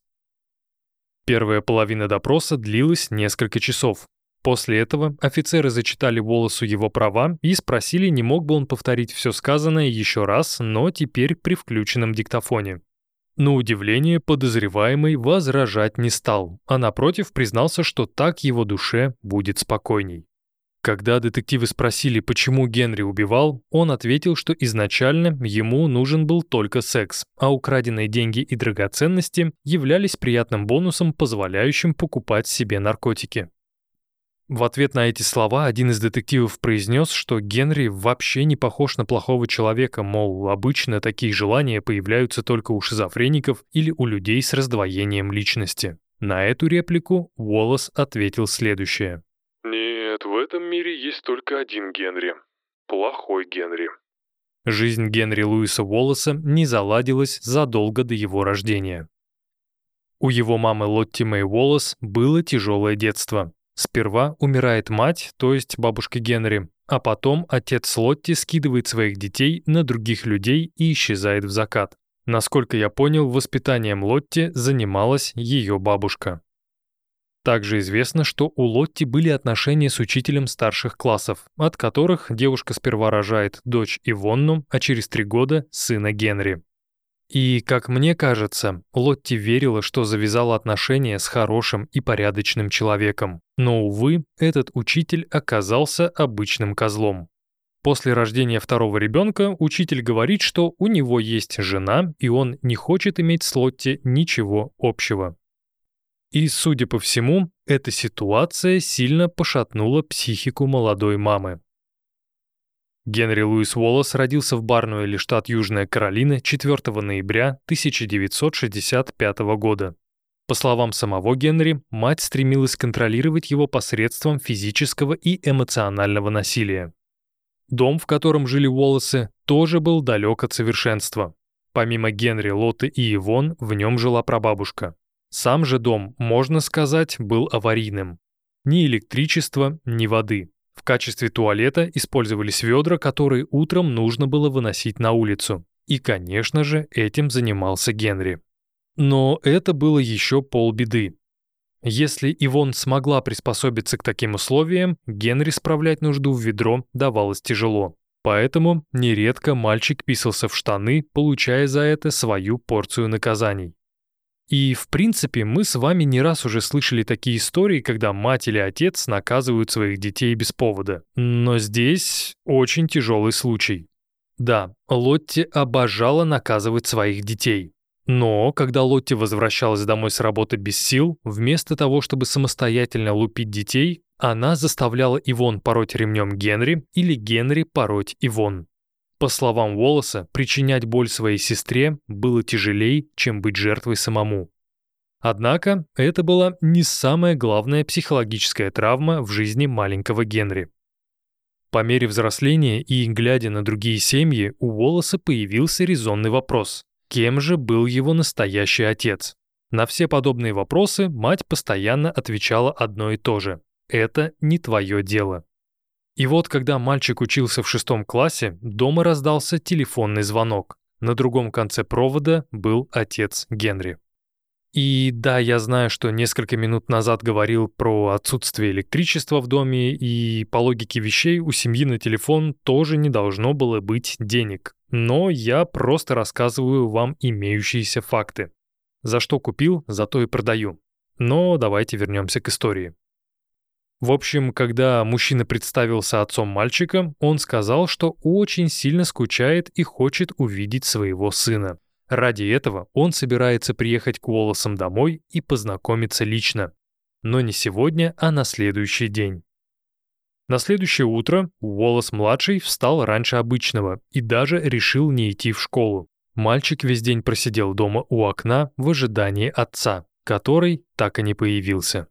Первая половина допроса длилась несколько часов. После этого офицеры зачитали Уоллесу его права и спросили, не мог бы он повторить все сказанное еще раз, но теперь при включенном диктофоне. На удивление, подозреваемый возражать не стал, а напротив признался, что так его душе будет спокойней. Когда детективы спросили, почему Генри убивал, он ответил, что изначально ему нужен был только секс, а украденные деньги и драгоценности являлись приятным бонусом, позволяющим покупать себе наркотики. В ответ на эти слова один из детективов произнес, что Генри вообще не похож на плохого человека, мол, обычно такие желания появляются только у шизофреников или у людей с раздвоением личности. На эту реплику Уоллес ответил следующее. «Нет, в этом мире есть только один Генри. Плохой Генри». Жизнь Генри Луиса Уоллеса не заладилась задолго до его рождения. У его мамы Лотти Мэй Уоллес было тяжелое детство. Сперва умирает мать, то есть бабушка Генри, а потом отец Лотти скидывает своих детей на других людей и исчезает в закат. Насколько я понял, воспитанием Лотти занималась ее бабушка. Также известно, что у Лотти были отношения с учителем старших классов, от которых девушка сперва рожает дочь Ивонну, а через 3 года сына Генри. И, как мне кажется, Лотти верила, что завязала отношения с хорошим и порядочным человеком. Но, увы, этот учитель оказался обычным козлом. После рождения второго ребенка учитель говорит, что у него есть жена, и он не хочет иметь с Лотти ничего общего. И, судя по всему, эта ситуация сильно пошатнула психику молодой мамы. Генри Луис Уоллес родился в Барнуэле, штат Южная Каролина, 4 ноября 1965 года. По словам самого Генри, мать стремилась контролировать его посредством физического и эмоционального насилия. Дом, в котором жили Уоллесы, тоже был далек от совершенства. Помимо Генри, Лотты и Ивон, в нем жила прабабушка. Сам же дом, можно сказать, был аварийным. Ни электричества, ни воды. В качестве туалета использовались ведра, которые утром нужно было выносить на улицу. И, конечно же, этим занимался Генри. Но это было еще полбеды. Если Ивон смогла приспособиться к таким условиям, Генри справлять нужду в ведро давалось тяжело. Поэтому нередко мальчик писался в штаны, получая за это свою порцию наказаний. И, в принципе, мы с вами не раз уже слышали такие истории, когда мать или отец наказывают своих детей без повода. Но здесь очень тяжелый случай. Да, Лотти обожала наказывать своих детей. Но, когда Лотти возвращалась домой с работы без сил, вместо того, чтобы самостоятельно лупить детей, она заставляла Ивон пороть ремнем Генри или Генри пороть Ивон. По словам Уоллеса, причинять боль своей сестре было тяжелее, чем быть жертвой самому. Однако это была не самая главная психологическая травма в жизни маленького Генри. По мере взросления и глядя на другие семьи, у Уоллеса появился резонный вопрос: кем же был его настоящий отец? На все подобные вопросы мать постоянно отвечала одно и то же: «Это не твое дело». И вот, когда мальчик учился в 6 классе, дома раздался телефонный звонок. На другом конце провода был отец Генри. И да, я знаю, что несколько минут назад говорил про отсутствие электричества в доме, и по логике вещей у семьи на телефон тоже не должно было быть денег. Но я просто рассказываю вам имеющиеся факты. За что купил, за то и продаю. Но давайте вернемся к истории. В общем, когда мужчина представился отцом мальчика, он сказал, что очень сильно скучает и хочет увидеть своего сына. Ради этого он собирается приехать к Уоллесам домой и познакомиться лично. Но не сегодня, а на следующий день. На следующее утро Уоллес-младший встал раньше обычного и даже решил не идти в школу. Мальчик весь день просидел дома у окна в ожидании отца, который так и не появился.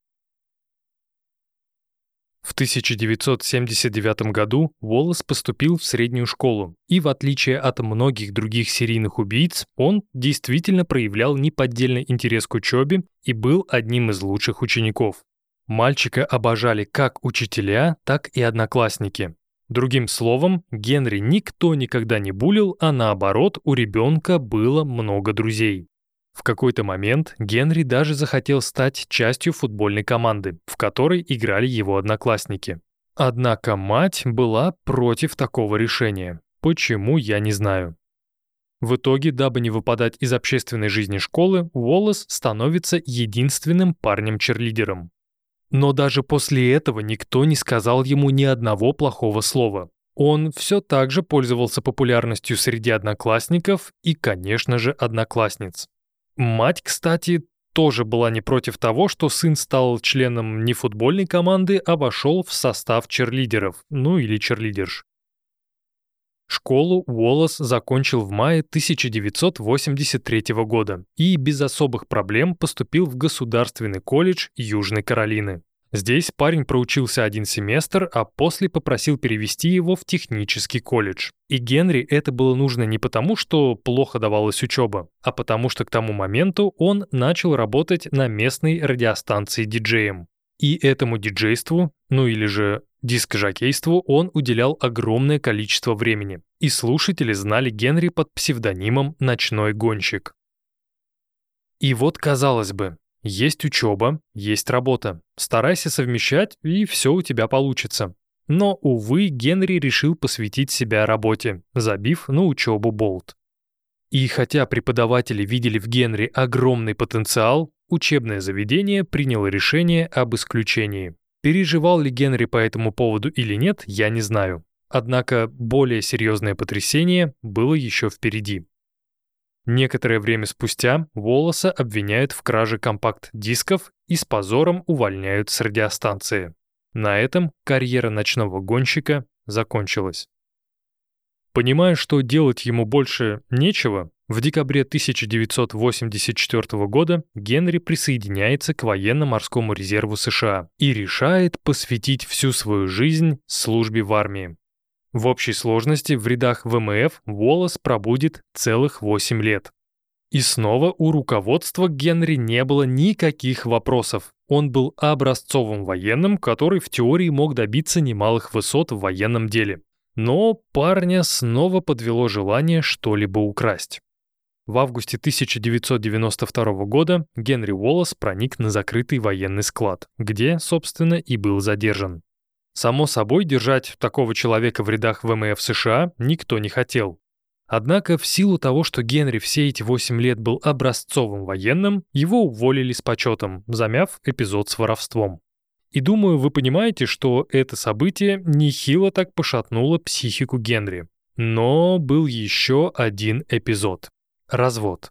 В 1979 году Уоллес поступил в среднюю школу, и в отличие от многих других серийных убийц, он действительно проявлял неподдельный интерес к учебе и был одним из лучших учеников. Мальчика обожали как учителя, так и одноклассники. Другим словом, Генри никто никогда не булил, а наоборот, у ребенка было много друзей. В какой-то момент Генри даже захотел стать частью футбольной команды, в которой играли его одноклассники. Однако мать была против такого решения. Почему, я не знаю. В итоге, дабы не выпадать из общественной жизни школы, Уоллес становится единственным парнем-черлидером. Но даже после этого никто не сказал ему ни одного плохого слова. Он все так же пользовался популярностью среди одноклассников и, конечно же, одноклассниц. Мать, кстати, тоже была не против того, что сын стал членом не футбольной команды, а вошел в состав черлидеров, ну или черлидерш. Школу Уоллес закончил в мае 1983 года и без особых проблем поступил в Государственный колледж Южной Каролины. Здесь парень проучился 1 семестр, а после попросил перевести его в технический колледж. И Генри это было нужно не потому, что плохо давалась учеба, а потому что к тому моменту он начал работать на местной радиостанции диджеем. И этому диджейству, ну или же дискожокейству, он уделял огромное количество времени. И слушатели знали Генри под псевдонимом «Ночной гонщик». И вот, казалось бы, есть учеба, есть работа. Старайся совмещать, и все у тебя получится. Но, увы, Генри решил посвятить себя работе, забив на учебу болт. И хотя преподаватели видели в Генри огромный потенциал, учебное заведение приняло решение об исключении. Переживал ли Генри по этому поводу или нет, я не знаю. Однако более серьезное потрясение было еще впереди. Некоторое время спустя Уоллеса обвиняют в краже компакт-дисков и с позором увольняют с радиостанции. На этом карьера ночного гонщика закончилась. Понимая, что делать ему больше нечего, в декабре 1984 года Генри присоединяется к военно-морскому резерву США и решает посвятить всю свою жизнь службе в армии. В общей сложности в рядах ВМФ Уоллес пробудет целых 8 лет. И снова у руководства к Генри не было никаких вопросов. Он был образцовым военным, который в теории мог добиться немалых высот в военном деле. Но парня снова подвело желание что-либо украсть. В августе 1992 года Генри Уоллес проник на закрытый военный склад, где, собственно, и был задержан. Само собой, держать такого человека в рядах ВМФ США никто не хотел. Однако в силу того, что Генри все эти 8 лет был образцовым военным, его уволили с почетом, замяв эпизод с воровством. И думаю, вы понимаете, что это событие нехило так пошатнуло психику Генри. Но был еще один эпизод. Развод.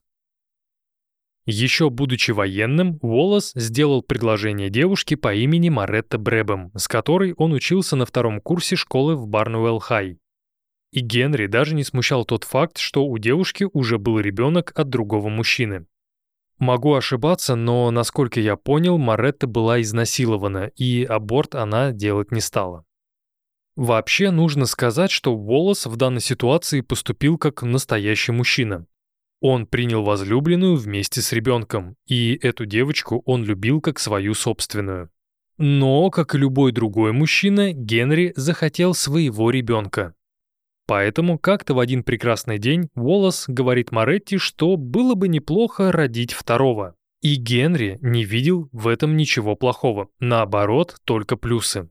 Еще будучи военным, Уоллес сделал предложение девушке по имени Моретта Брэбэм, с которой он учился на 2-м курсе школы в Барнуэлл-Хай. И Генри даже не смущал тот факт, что у девушки уже был ребенок от другого мужчины. Могу ошибаться, но, насколько я понял, Моретта была изнасилована, и аборт она делать не стала. Вообще, нужно сказать, что Уоллес в данной ситуации поступил как настоящий мужчина. Он принял возлюбленную вместе с ребенком, и эту девочку он любил как свою собственную. Но, как и любой другой мужчина, Генри захотел своего ребенка. Поэтому как-то в один прекрасный день Уоллес говорит Моретте, что было бы неплохо родить второго. И Генри не видел в этом ничего плохого, наоборот, только плюсы.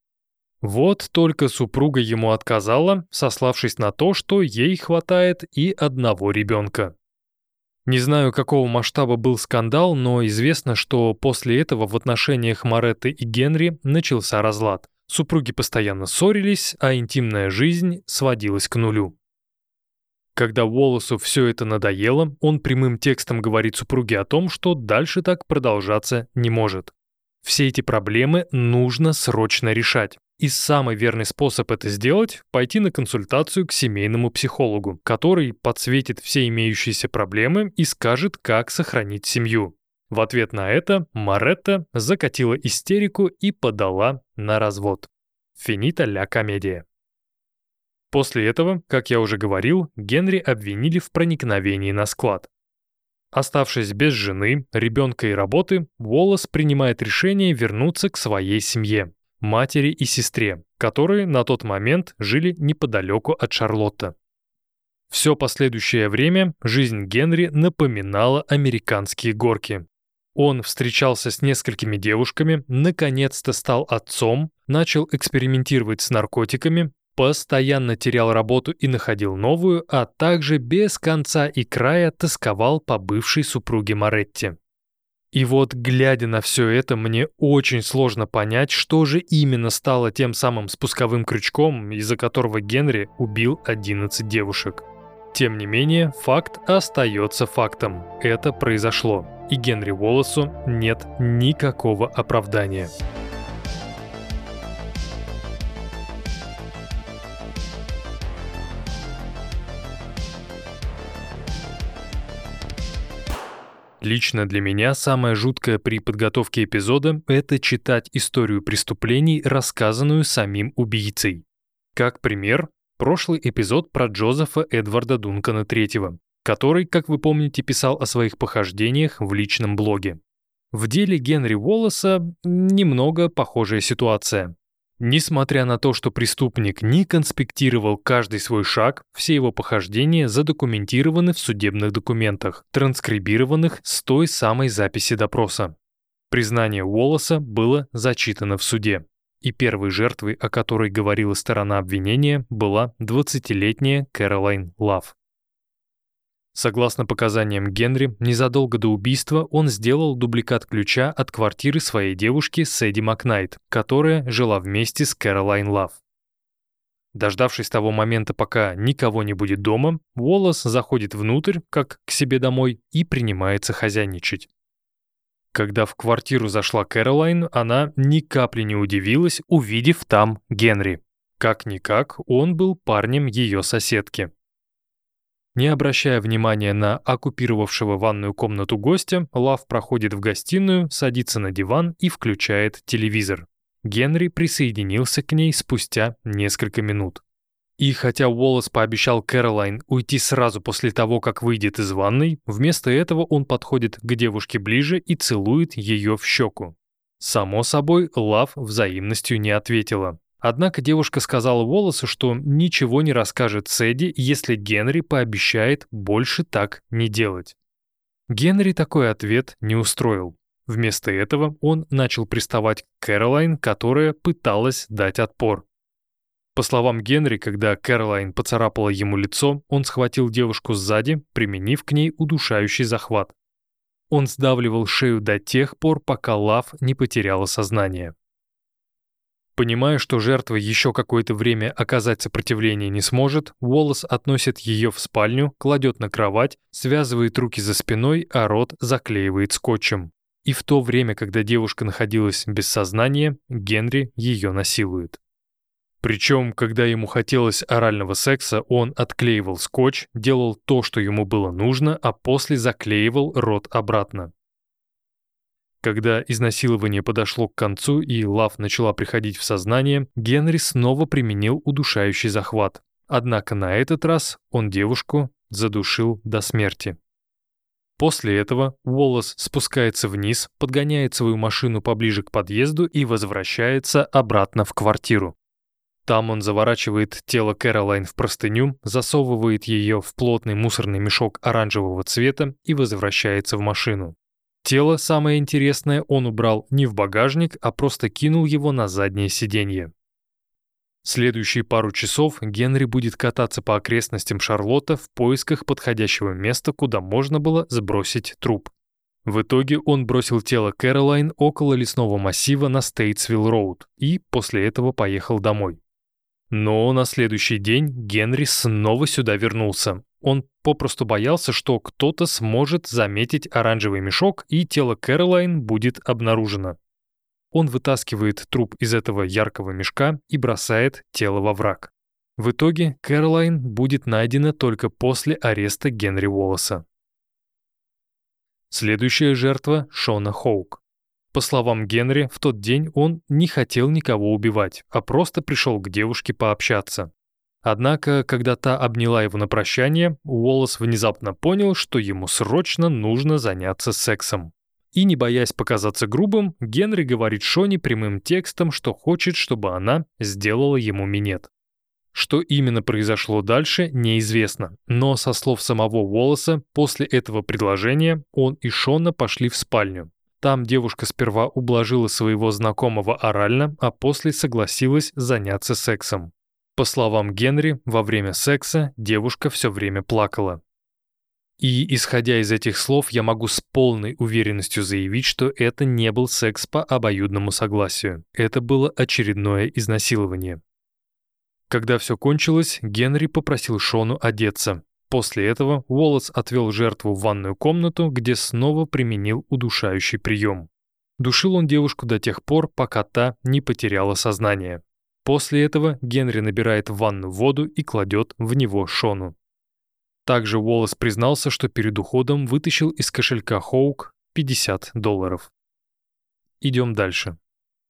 Вот только супруга ему отказала, сославшись на то, что ей хватает и одного ребенка. Не знаю, какого масштаба был скандал, но известно, что после этого в отношениях Моретты и Генри начался разлад. Супруги постоянно ссорились, а интимная жизнь сводилась к нулю. Когда Уоллесу все это надоело, он прямым текстом говорит супруге о том, что дальше так продолжаться не может. Все эти проблемы нужно срочно решать. И самый верный способ это сделать – пойти на консультацию к семейному психологу, который подсветит все имеющиеся проблемы и скажет, как сохранить семью. В ответ на это Моретта закатила истерику и подала на развод. Финита ля комедия. После этого, как я уже говорил, Генри обвинили в проникновении на склад. Оставшись без жены, ребенка и работы, Уоллес принимает решение вернуться к своей семье, матери и сестре, которые на тот момент жили неподалеку от Шарлотта. Все последующее время жизнь Генри напоминала американские горки. Он встречался с несколькими девушками, наконец-то стал отцом, начал экспериментировать с наркотиками, постоянно терял работу и находил новую, а также без конца и края тосковал по бывшей супруге Моретти. И вот, глядя на все это, мне очень сложно понять, что же именно стало тем самым спусковым крючком, из-за которого Генри убил 11 девушек. Тем не менее, факт остается фактом. Это произошло, и Генри Уоллесу нет никакого оправдания. Лично для меня самое жуткое при подготовке эпизода — это читать историю преступлений, рассказанную самим убийцей. Как пример, прошлый эпизод про Джозефа Эдварда Дункана III, который, как вы помните, писал о своих похождениях в личном блоге. В деле Генри Уоллеса немного похожая ситуация. Несмотря на то, что преступник не конспектировал каждый свой шаг, все его похождения задокументированы в судебных документах, транскрибированных с той самой записи допроса. Признание Уоллеса было зачитано в суде. И первой жертвой, о которой говорила сторона обвинения, была 20-летняя Кэролайн Лав. Согласно показаниям Генри, незадолго до убийства он сделал дубликат ключа от квартиры своей девушки Сэдди Макнайт, которая жила вместе с Кэролайн Лав. Дождавшись того момента, пока никого не будет дома, Уоллес заходит внутрь, как к себе домой, и принимается хозяйничать. Когда в квартиру зашла Кэролайн, она ни капли не удивилась, увидев там Генри. Как-никак, он был парнем ее соседки. Не обращая внимания на оккупировавшего ванную комнату гостя, Лав проходит в гостиную, садится на диван и включает телевизор. Генри присоединился к ней спустя несколько минут. И хотя Уоллес пообещал Кэролайн уйти сразу после того, как выйдет из ванной, вместо этого он подходит к девушке ближе и целует ее в щеку. Само собой, Лав взаимностью не ответила. Однако девушка сказала Уоллесу, что ничего не расскажет Сэдди, если Генри пообещает больше так не делать. Генри такой ответ не устроил. Вместо этого он начал приставать к Кэролайн, которая пыталась дать отпор. По словам Генри, когда Кэролайн поцарапала ему лицо, он схватил девушку сзади, применив к ней удушающий захват. Он сдавливал шею до тех пор, пока Лав не потеряла сознание. Понимая, что жертва еще какое-то время оказать сопротивление не сможет, Уоллес относит ее в спальню, кладет на кровать, связывает руки за спиной, а рот заклеивает скотчем. И в то время, когда девушка находилась без сознания, Генри ее насилует. Причем, когда ему хотелось орального секса, он отклеивал скотч, делал то, что ему было нужно, а после заклеивал рот обратно. Когда изнасилование подошло к концу и Лав начала приходить в сознание, Генри снова применил удушающий захват. Однако на этот раз он девушку задушил до смерти. После этого Уоллес спускается вниз, подгоняет свою машину поближе к подъезду и возвращается обратно в квартиру. Там он заворачивает тело Кэролайн в простыню, засовывает ее в плотный мусорный мешок оранжевого цвета и возвращается в машину. Тело, самое интересное, он убрал не в багажник, а просто кинул его на заднее сиденье. Следующие пару часов Генри будет кататься по окрестностям Шарлотта в поисках подходящего места, куда можно было сбросить труп. В итоге он бросил тело Кэролайн около лесного массива на Стейтсвилл-роуд и после этого поехал домой. Но на следующий день Генри снова сюда вернулся. Он попросту боялся, что кто-то сможет заметить оранжевый мешок и тело Кэролайн будет обнаружено. Он вытаскивает труп из этого яркого мешка и бросает тело во враг. В итоге Кэролайн будет найдена только после ареста Генри Уоллеса. Следующая жертва — Шона Хоук. По словам Генри, в тот день он не хотел никого убивать, а просто пришел к девушке пообщаться. Однако, когда та обняла его на прощание, Уоллес внезапно понял, что ему срочно нужно заняться сексом. И не боясь показаться грубым, Генри говорит Шоне прямым текстом, что хочет, чтобы она сделала ему минет. Что именно произошло дальше, неизвестно, но со слов самого Уоллеса, после этого предложения он и Шона пошли в спальню. Там девушка сперва ублажила своего знакомого орально, а после согласилась заняться сексом. По словам Генри, во время секса девушка все время плакала. И, исходя из этих слов, я могу с полной уверенностью заявить, что это не был секс по обоюдному согласию. Это было очередное изнасилование. Когда все кончилось, Генри попросил Шону одеться. После этого Уоллес отвел жертву в ванную комнату, где снова применил удушающий прием. Душил он девушку до тех пор, пока та не потеряла сознание. После этого Генри набирает в ванну воду и кладет в него Шону. Также Уоллес признался, что перед уходом вытащил из кошелька Хоук $50. Идем дальше.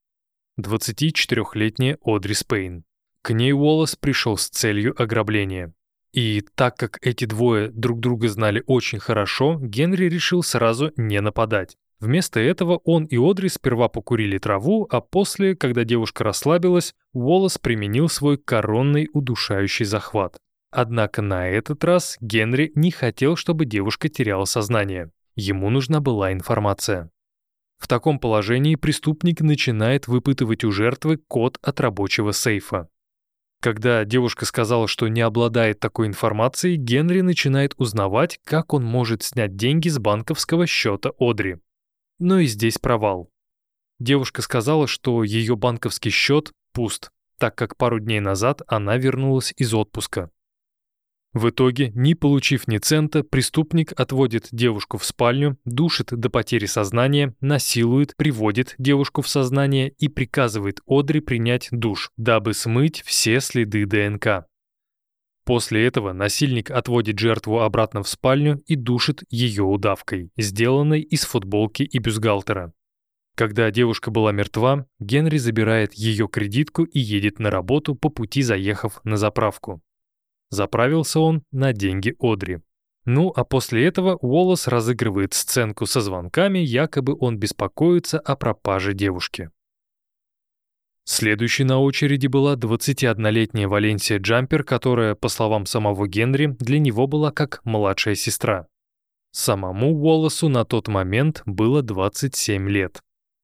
24-летняя Одри Спейн. К ней Уоллес пришел с целью ограбления. И так как эти двое друг друга знали очень хорошо, Генри решил сразу не нападать. Вместо этого он и Одри сперва покурили траву, а после, когда девушка расслабилась, Уоллес применил свой коронный удушающий захват. Однако на этот раз Генри не хотел, чтобы девушка теряла сознание. Ему нужна была информация. В таком положении преступник начинает выпытывать у жертвы код от рабочего сейфа. Когда девушка сказала, что не обладает такой информацией, Генри начинает узнавать, как он может снять деньги с банковского счета Одри. Но и здесь провал. Девушка сказала, что ее банковский счет пуст, так как пару дней назад она вернулась из отпуска. В итоге, не получив ни цента, преступник отводит девушку в спальню, душит до потери сознания, насилует, приводит девушку в сознание и приказывает Одри принять душ, дабы смыть все следы ДНК. После этого насильник отводит жертву обратно в спальню и душит ее удавкой, сделанной из футболки и бюстгальтера. Когда девушка была мертва, Генри забирает ее кредитку и едет на работу, по пути заехав на заправку. Заправился он на деньги Одри. Ну, а после этого Уоллес разыгрывает сценку со звонками, якобы он беспокоится о пропаже девушки. Следующей на очереди была 21-летняя Валенсия Джампер, которая, по словам самого Генри, для него была как младшая сестра. Самому Уоллесу на тот момент было 27 лет.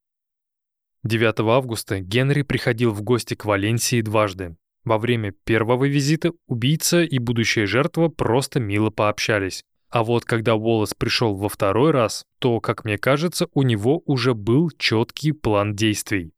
9 августа Генри приходил в гости к Валенсии дважды. Во время первого визита убийца и будущая жертва просто мило пообщались. А вот когда Уоллес пришел во второй раз, то, как мне кажется, у него уже был четкий план действий.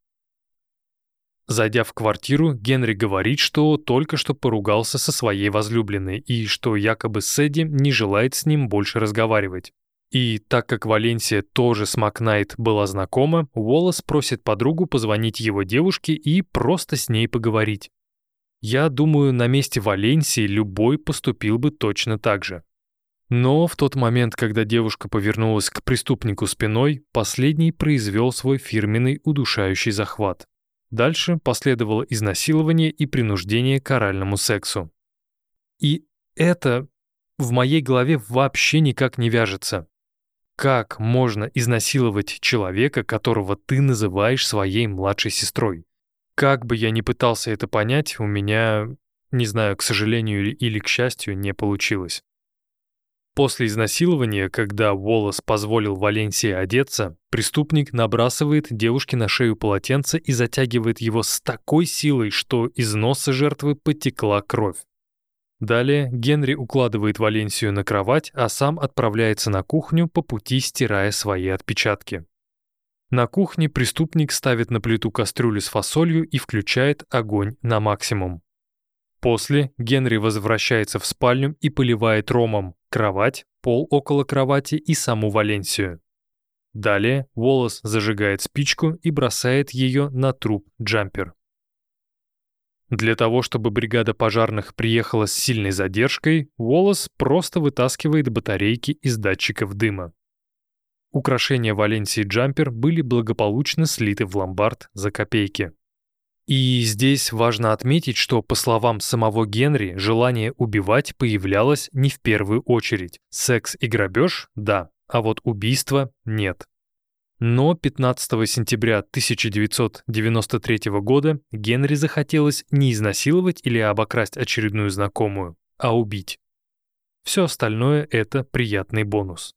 Зайдя в квартиру, Генри говорит, что только что поругался со своей возлюбленной и что якобы Сэдди не желает с ним больше разговаривать. И так как Валенсия тоже с Макнайт была знакома, Уоллес просит подругу позвонить его девушке и просто с ней поговорить. Я думаю, на месте Валенсии любой поступил бы точно так же. Но в тот момент, когда девушка повернулась к преступнику спиной, последний произвел свой фирменный удушающий захват. Дальше последовало изнасилование и принуждение к оральному сексу. И это в моей голове вообще никак не вяжется. Как можно изнасиловать человека, которого ты называешь своей младшей сестрой? Как бы я ни пытался это понять, у меня, не знаю, к сожалению или к счастью, не получилось. После изнасилования, когда Уоллес позволил Валенсии одеться, преступник набрасывает девушке на шею полотенце и затягивает его с такой силой, что из носа жертвы потекла кровь. Далее Генри укладывает Валенсию на кровать, а сам отправляется на кухню, по пути стирая свои отпечатки. На кухне преступник ставит на плиту кастрюлю с фасолью и включает огонь на максимум. После Генри возвращается в спальню и поливает ромом кровать, пол около кровати и саму Валенсию. Далее Уоллес зажигает спичку и бросает ее на труп Джампер. Для того, чтобы бригада пожарных приехала с сильной задержкой, Уоллес просто вытаскивает батарейки из датчиков дыма. Украшения Валенсии Джампер были благополучно слиты в ломбард за копейки. И здесь важно отметить, что, по словам самого Генри, желание убивать появлялось не в первую очередь. Секс и грабеж – да, а вот убийство – нет. Но 15 сентября 1993 года Генри захотелось не изнасиловать или обокрасть очередную знакомую, а убить. Все остальное – это приятный бонус.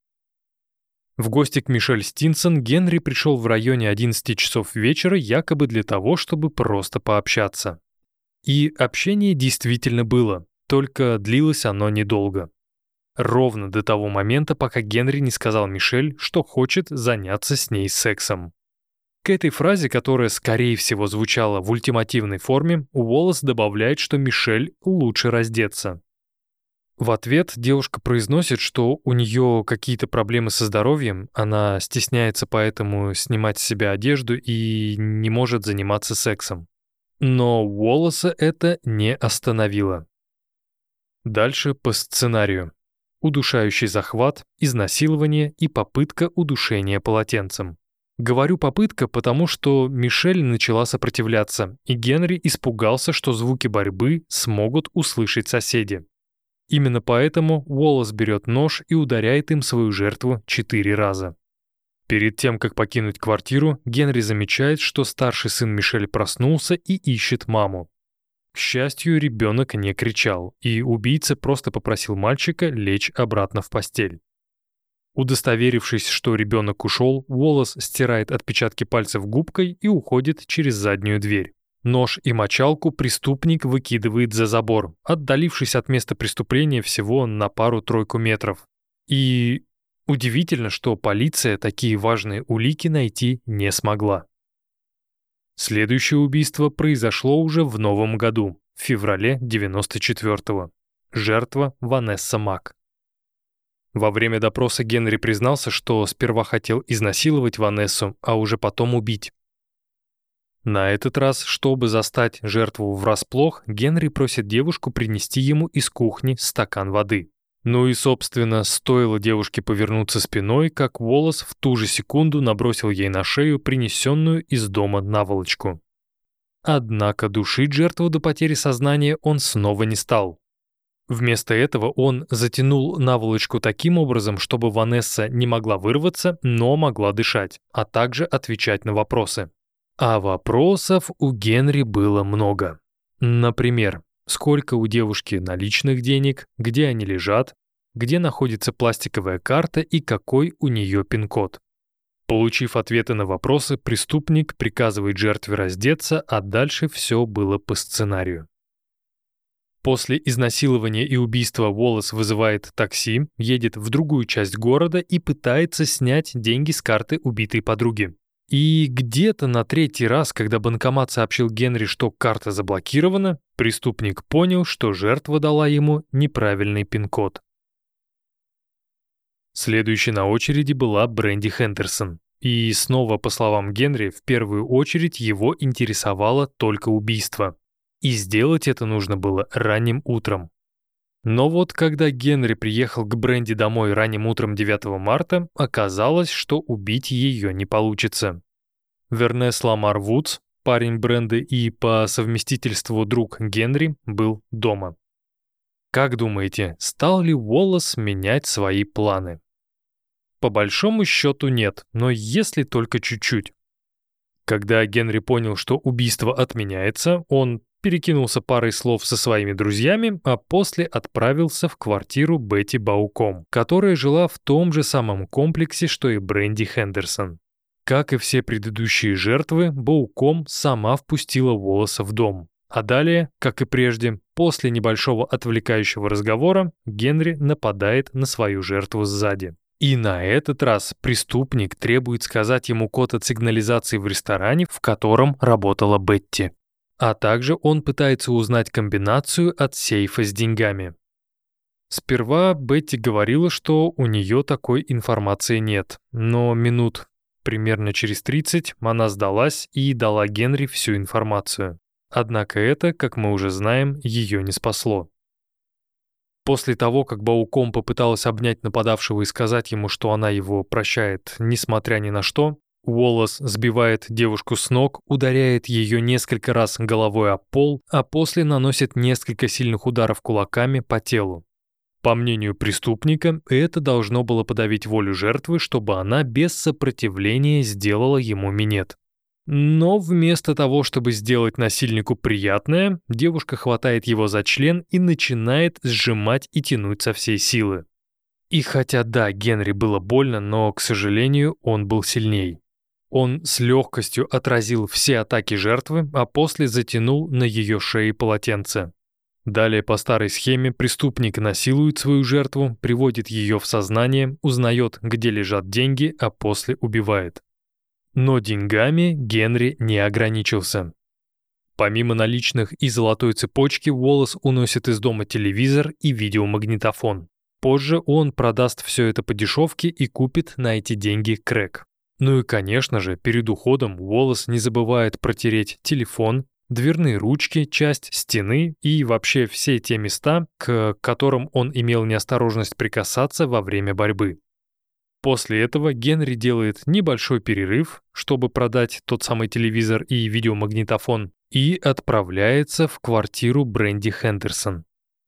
В гости к Мишель Стинсон Генри пришел в районе 11 часов вечера якобы для того, чтобы просто пообщаться. И общение действительно было, только длилось оно недолго. Ровно до того момента, пока Генри не сказал Мишель, что хочет заняться с ней сексом. К этой фразе, которая, скорее всего, звучала в ультимативной форме, Уоллес добавляет, что Мишель лучше раздеться. В ответ девушка произносит, что у нее какие-то проблемы со здоровьем, она стесняется поэтому снимать с себя одежду и не может заниматься сексом. Но Уоллеса это не остановило. Дальше по сценарию. Удушающий захват, изнасилование и попытка удушения полотенцем. Говорю «попытка», потому что Мишель начала сопротивляться, и Генри испугался, что звуки борьбы смогут услышать соседи. Именно поэтому Уоллес берет нож и ударяет им свою жертву 4 раза. Перед тем, как покинуть квартиру, Генри замечает, что старший сын Мишель проснулся и ищет маму. К счастью, ребенок не кричал, и убийца просто попросил мальчика лечь обратно в постель. Удостоверившись, что ребенок ушел, Уоллес стирает отпечатки пальцев губкой и уходит через заднюю дверь. Нож и мочалку преступник выкидывает за забор, отдалившись от места преступления всего на пару-тройку метров. И удивительно, что полиция такие важные улики найти не смогла. Следующее убийство произошло уже в новом году, в феврале 94-го. Жертва Ванесса Мак. Во время допроса Генри признался, что сперва хотел изнасиловать Ванессу, а уже потом убить. На этот раз, чтобы застать жертву врасплох, Генри просит девушку принести ему из кухни стакан воды. Ну и, собственно, стоило девушке повернуться спиной, как Уоллес в ту же секунду набросил ей на шею принесенную из дома наволочку. Однако душить жертву до потери сознания он снова не стал. Вместо этого он затянул наволочку таким образом, чтобы Ванесса не могла вырваться, но могла дышать, а также отвечать на вопросы. А вопросов у Генри было много. Например, сколько у девушки наличных денег, где они лежат, где находится пластиковая карта и какой у нее пин-код. Получив ответы на вопросы, преступник приказывает жертве раздеться, а дальше все было по сценарию. После изнасилования и убийства Уоллес вызывает такси, едет в другую часть города и пытается снять деньги с карты убитой подруги. И где-то на 3-й раз, когда банкомат сообщил Генри, что карта заблокирована, преступник понял, что жертва дала ему неправильный пин-код. Следующей на очереди была Бренди Хендерсон. И снова, по словам Генри, в первую очередь его интересовало только убийство. И сделать это нужно было ранним утром. Но вот когда Генри приехал к Бренди домой ранним утром 9 марта, оказалось, что убить ее не получится. Вернес Ламар Вудс, парень Бренды и по совместительству друг Генри, был дома. Как думаете, стал ли Уоллес менять свои планы? По большому счету нет, но если только чуть-чуть. Когда Генри понял, что убийство отменяется, он перекинулся парой слов со своими друзьями, а после отправился в квартиру Бетти Бауком, которая жила в том же самом комплексе, что и Бренди Хендерсон. Как и все предыдущие жертвы, Бауком сама впустила Уоллеса в дом. А далее, как и прежде, после небольшого отвлекающего разговора, Генри нападает на свою жертву сзади. И на этот раз преступник требует сказать ему код от сигнализации в ресторане, в котором работала Бетти. А также он пытается узнать комбинацию от сейфа с деньгами. Сперва Бетти говорила, что у нее такой информации нет, но минут примерно через 30 она сдалась и дала Генри всю информацию. Однако это, как мы уже знаем, ее не спасло. После того, как Бауком попыталась обнять нападавшего и сказать ему, что она его прощает, несмотря ни на что, Уоллес сбивает девушку с ног, ударяет ее несколько раз головой об пол, а после наносит несколько сильных ударов кулаками по телу. По мнению преступника, это должно было подавить волю жертвы, чтобы она без сопротивления сделала ему минет. Но вместо того, чтобы сделать насильнику приятное, девушка хватает его за член и начинает сжимать и тянуть со всей силы. И хотя да, Генри было больно, но, к сожалению, он был сильней. Он с легкостью отразил все атаки жертвы, а после затянул на ее шее полотенце. Далее по старой схеме преступник насилует свою жертву, приводит ее в сознание, узнает, где лежат деньги, а после убивает. Но деньгами Генри не ограничился. Помимо наличных и золотой цепочки, Уоллес уносит из дома телевизор и видеомагнитофон. Позже он продаст все это по дешевке и купит на эти деньги крэк. Ну и, конечно же, перед уходом Уоллес не забывает протереть телефон, дверные ручки, часть стены и вообще все те места, к которым он имел неосторожность прикасаться во время борьбы. После этого Генри делает небольшой перерыв, чтобы продать тот самый телевизор и видеомагнитофон, и отправляется в квартиру Бренди Хендерсон.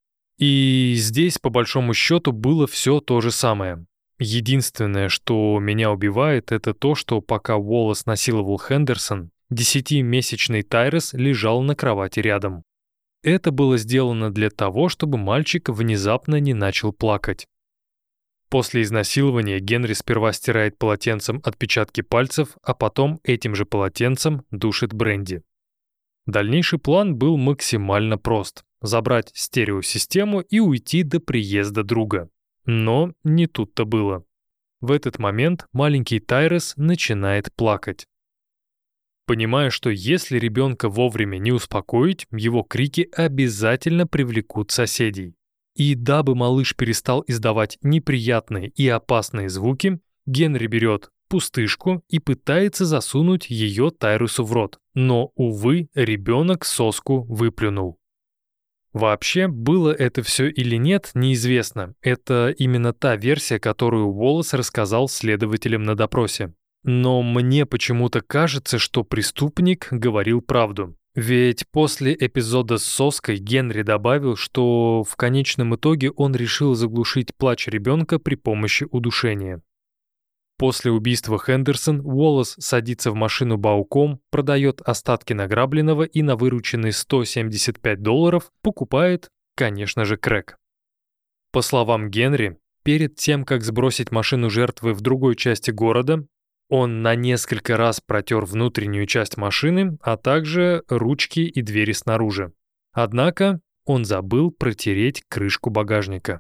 И здесь, по большому счету, было все то же самое. Единственное, что меня убивает, это то, что пока Уоллес насиловал Хендерсон, 10-месячный Тайрес лежал на кровати рядом. Это было сделано для того, чтобы мальчик внезапно не начал плакать. После изнасилования Генри сперва стирает полотенцем отпечатки пальцев, а потом этим же полотенцем душит Бренди. Дальнейший план был максимально прост – забрать стереосистему и уйти до приезда друга. Но не тут-то было. В этот момент маленький Тайрес начинает плакать. Понимая, что если ребенка вовремя не успокоить, его крики обязательно привлекут соседей. И дабы малыш перестал издавать неприятные и опасные звуки, Генри берет пустышку и пытается засунуть ее Тайрусу в рот. Но, увы, ребенок соску выплюнул. Вообще, было это все или нет, неизвестно. Это именно та версия, которую Уоллес рассказал следователям на допросе. Но мне почему-то кажется, что преступник говорил правду. Ведь после эпизода с соской Генри добавил, что в конечном итоге он решил заглушить плач ребенка при помощи удушения. После убийства Хендерсон Уоллес садится в машину Бауком, продает остатки награбленного и на вырученные $175 покупает, конечно же, крэк. По словам Генри, перед тем, как сбросить машину жертвы в другой части города, он на несколько раз протер внутреннюю часть машины, а также ручки и двери снаружи. Однако он забыл протереть крышку багажника.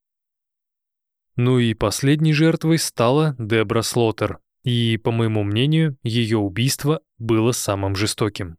Ну и последней жертвой стала Дебра Слоттер, и, по моему мнению, ее убийство было самым жестоким.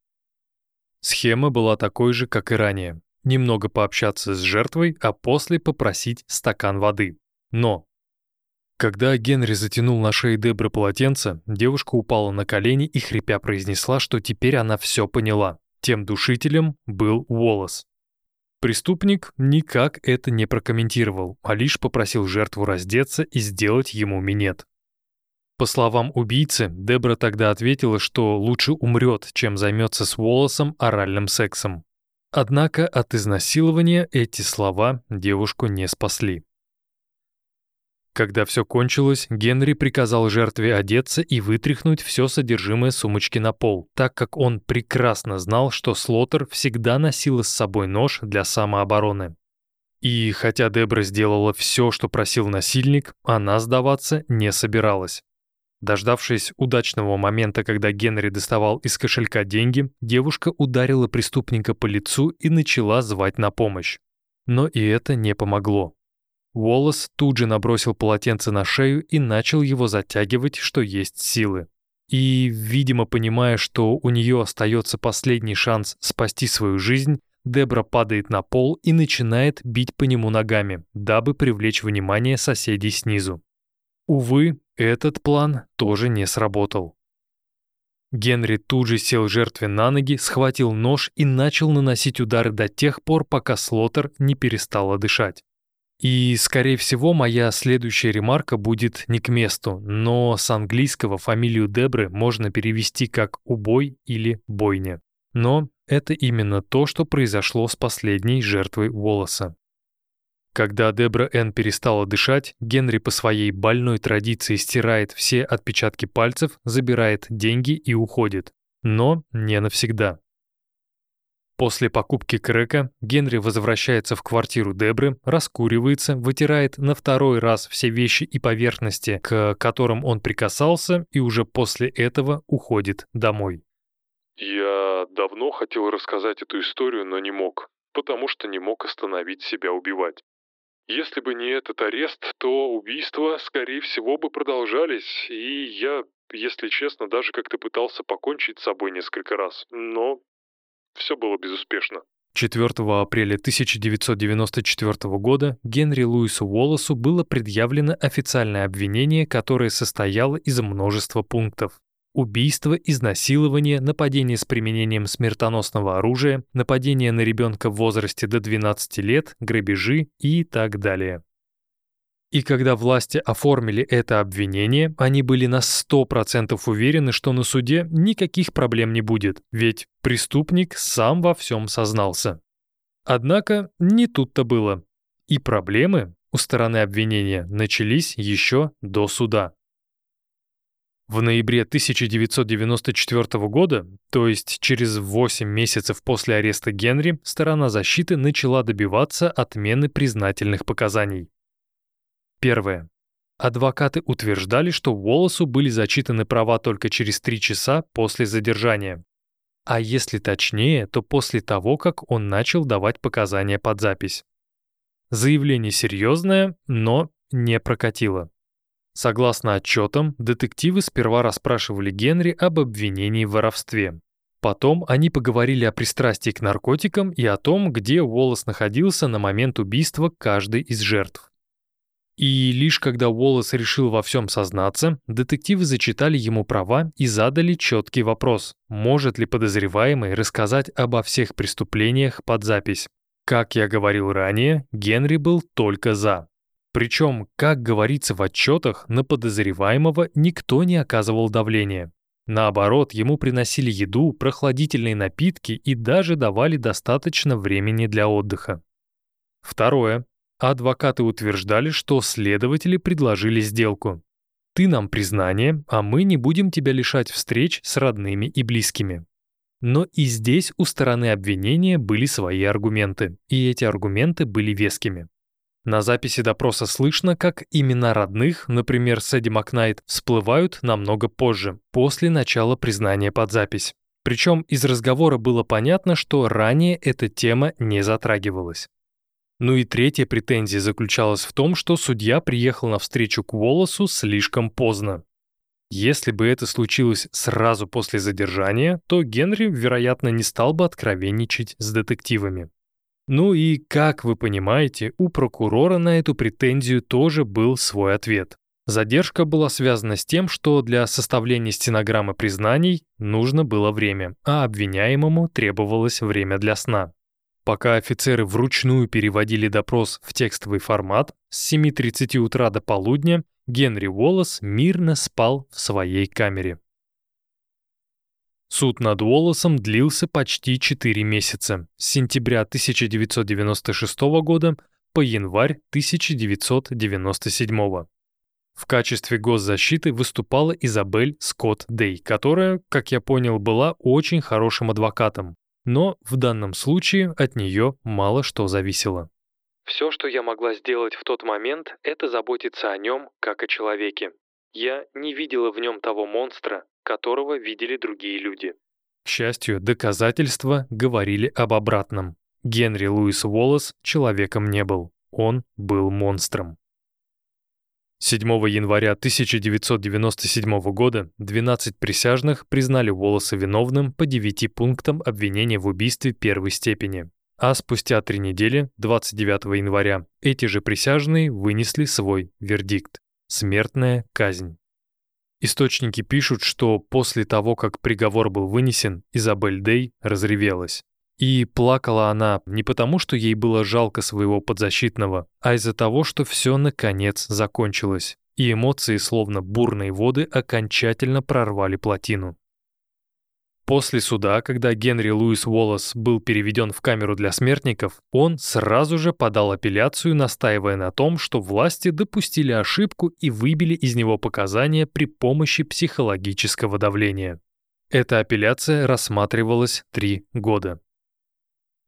Схема была такой же, как и ранее. Немного пообщаться с жертвой, а после попросить стакан воды. Но когда Генри затянул на шее Дебры полотенце, девушка упала на колени и хрипя произнесла, что теперь она все поняла. Тем душителем был Уоллес. Преступник никак это не прокомментировал, а лишь попросил жертву раздеться и сделать ему минет. По словам убийцы, Дебра тогда ответила, что лучше умрет, чем займется с Уоллесом оральным сексом. Однако от изнасилования эти слова девушку не спасли. Когда все кончилось, Генри приказал жертве одеться и вытряхнуть все содержимое сумочки на пол, так как он прекрасно знал, что Слоттер всегда носила с собой нож для самообороны. И хотя Дебра сделала все, что просил насильник, она сдаваться не собиралась. Дождавшись удачного момента, когда Генри доставал из кошелька деньги, девушка ударила преступника по лицу и начала звать на помощь. Но и это не помогло. Уоллес тут же набросил полотенце на шею и начал его затягивать, что есть силы. И, видимо, понимая, что у нее остается последний шанс спасти свою жизнь, Дебра падает на пол и начинает бить по нему ногами, дабы привлечь внимание соседей снизу. Увы, этот план тоже не сработал. Генри тут же сел жертве на ноги, схватил нож и начал наносить удары до тех пор, пока Слоттер не перестала дышать. И, скорее всего, моя следующая ремарка будет не к месту, но с английского фамилию Дебры можно перевести как «убой» или «бойня». Но это именно то, что произошло с последней жертвой Уоллеса. Когда Дебра Энн перестала дышать, Генри по своей больной традиции стирает все отпечатки пальцев, забирает деньги и уходит. Но не навсегда. После покупки крэка Генри возвращается в квартиру Дебры, раскуривается, вытирает на второй раз все вещи и поверхности, к которым он прикасался, и уже после этого уходит домой. Я давно хотел рассказать эту историю, но не мог, потому что не мог остановить себя убивать. Если бы не этот арест, то убийства, скорее всего, бы продолжались, и я, если честно, даже как-то пытался покончить с собой несколько раз, но все было безуспешно. 4 апреля 1994 года Генри Луису Уоллесу было предъявлено официальное обвинение, которое состояло из множества пунктов. Убийство, изнасилование, нападение с применением смертоносного оружия, нападение на ребенка в возрасте до 12 лет, грабежи и так далее. И когда власти оформили это обвинение, они были на 100% уверены, что на суде никаких проблем не будет, ведь преступник сам во всем сознался. Однако не тут-то было. И проблемы у стороны обвинения начались еще до суда. В ноябре 1994 года, то есть через 8 месяцев после ареста Генри, сторона защиты начала добиваться отмены признательных показаний. Первое. Адвокаты утверждали, что Уоллесу были зачитаны права только через 3 часа после задержания. А если точнее, то после того, как он начал давать показания под запись. Заявление серьезное, но не прокатило. Согласно отчетам, детективы сперва расспрашивали Генри об обвинении в воровстве. Потом они поговорили о пристрастии к наркотикам и о том, где Уоллес находился на момент убийства каждой из жертв. И лишь когда Уоллес решил во всем сознаться, детективы зачитали ему права и задали четкий вопрос, может ли подозреваемый рассказать обо всех преступлениях под запись. Как я говорил ранее, Генри был только «за». Причем, как говорится в отчетах, на подозреваемого никто не оказывал давления. Наоборот, ему приносили еду, прохладительные напитки и даже давали достаточно времени для отдыха. Второе. Адвокаты утверждали, что следователи предложили сделку. Ты нам признание, а мы не будем тебя лишать встреч с родными и близкими. Но и здесь у стороны обвинения были свои аргументы, и эти аргументы были вескими. На записи допроса слышно, как имена родных, например, Сэдди Макнайт, всплывают намного позже, после начала признания под запись. Причем из разговора было понятно, что ранее эта тема не затрагивалась. Ну и третья претензия заключалась в том, что судья приехал на встречу к Уоллесу слишком поздно. Если бы это случилось сразу после задержания, то Генри, вероятно, не стал бы откровенничать с детективами. Ну и, как вы понимаете, у прокурора на эту претензию тоже был свой ответ. Задержка была связана с тем, что для составления стенограммы признаний нужно было время, а обвиняемому требовалось время для сна. Пока офицеры вручную переводили допрос в текстовый формат, с 7:30 утра до полудня Генри Уоллес мирно спал в своей камере. Суд над Уоллесом длился почти 4 месяца, с сентября 1996 года по январь 1997. В качестве госзащиты выступала Изабель Скотт Дэй, которая, как я понял, была очень хорошим адвокатом, но в данном случае от нее мало что зависело. Все, что я могла сделать в тот момент, это заботиться о нем, как о человеке. Я не видела в нем того монстра, которого видели другие люди. К счастью, доказательства говорили об обратном. Генри Луис Уоллес человеком не был. Он был монстром. 7 января 1997 года 12 присяжных признали Уоллеса виновным по 9 пунктам обвинения в убийстве первой степени. А спустя 3 недели, 29 января, эти же присяжные вынесли свой вердикт – смертная казнь. Источники пишут, что после того, как приговор был вынесен, Изабель Дэй разревелась. И плакала она не потому, что ей было жалко своего подзащитного, а из-за того, что все наконец закончилось, и эмоции, словно бурные воды, окончательно прорвали плотину. После суда, когда Генри Луис Уоллес был переведен в камеру для смертников, он сразу же подал апелляцию, настаивая на том, что власти допустили ошибку и выбили из него показания при помощи психологического давления. Эта апелляция рассматривалась 3 года.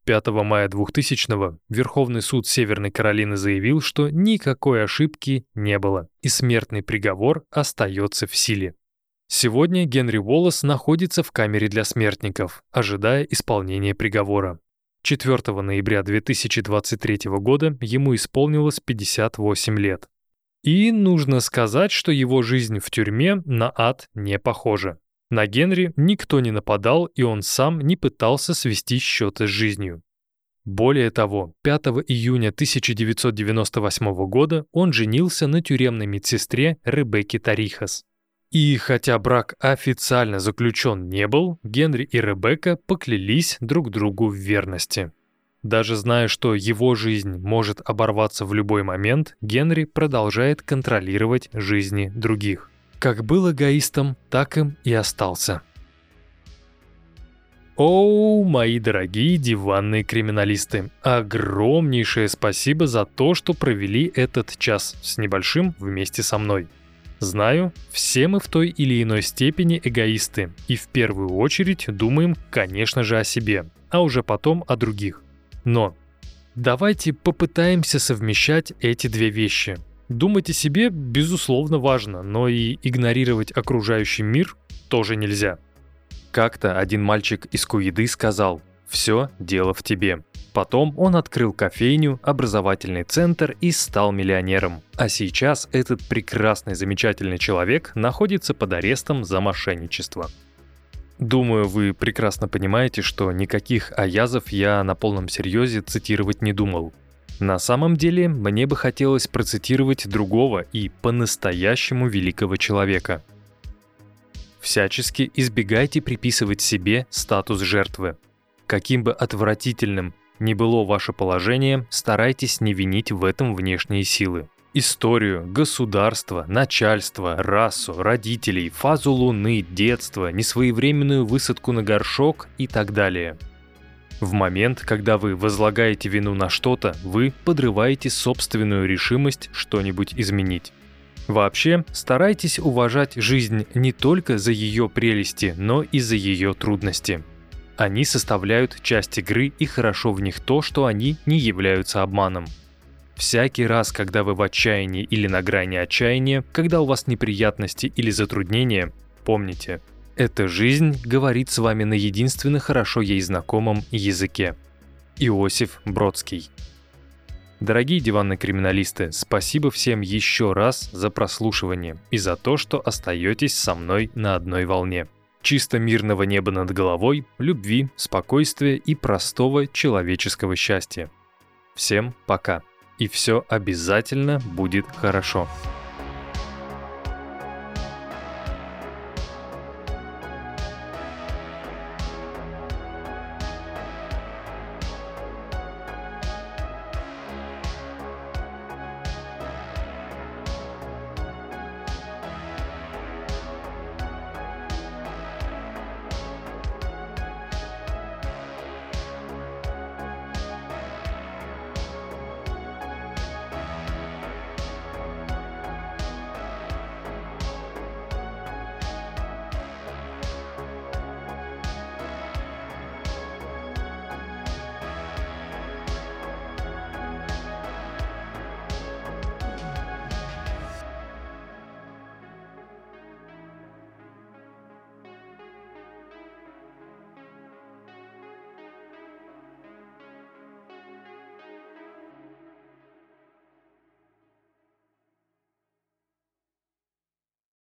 5 мая 2000-го Верховный суд Северной Каролины заявил, что никакой ошибки не было, и смертный приговор остается в силе. Сегодня Генри Уоллес находится в камере для смертников, ожидая исполнения приговора. 4 ноября 2023 года ему исполнилось 58 лет. И нужно сказать, что его жизнь в тюрьме на ад не похожа. На Генри никто не нападал, и он сам не пытался свести счеты с жизнью. Более того, 5 июня 1998 года он женился на тюремной медсестре Ребекке Тарихас. И хотя брак официально заключен не был, Генри и Ребекка поклялись друг другу в верности. Даже зная, что его жизнь может оборваться в любой момент, Генри продолжает контролировать жизни других. Как был эгоистом, так им и остался. О, мои дорогие диванные криминалисты, огромнейшее спасибо за то, что провели этот час с небольшим вместе со мной. Знаю, все мы в той или иной степени эгоисты, и в первую очередь думаем, конечно же, о себе, а уже потом о других. Но давайте попытаемся совмещать эти две вещи. Думать о себе, безусловно, важно, но и игнорировать окружающий мир тоже нельзя. Как-то один мальчик из Куиды сказал: «Все дело в тебе». Потом он открыл кофейню, образовательный центр и стал миллионером. А сейчас этот прекрасный, замечательный человек находится под арестом за мошенничество. Думаю, вы прекрасно понимаете, что никаких аязов я на полном серьезе цитировать не думал. На самом деле, мне бы хотелось процитировать другого и по-настоящему великого человека. Всячески избегайте приписывать себе статус жертвы. Каким бы отвратительным ни было ваше положение, старайтесь не винить в этом внешние силы. Историю, государство, начальство, расу, родителей, фазу Луны, детство, несвоевременную высадку на горшок и так далее. В момент, когда вы возлагаете вину на что-то, вы подрываете собственную решимость что-нибудь изменить. Вообще, старайтесь уважать жизнь не только за ее прелести, но и за ее трудности. Они составляют часть игры, и хорошо в них то, что они не являются обманом. Всякий раз, когда вы в отчаянии или на грани отчаяния, когда у вас неприятности или затруднения, помните, эта жизнь говорит с вами на единственно хорошо ей знакомом языке. Иосиф Бродский. Дорогие диванные криминалисты, спасибо всем еще раз за прослушивание и за то, что остаетесь со мной на одной волне. Чисто мирного неба над головой, любви, спокойствия и простого человеческого счастья. Всем пока. И все обязательно будет хорошо.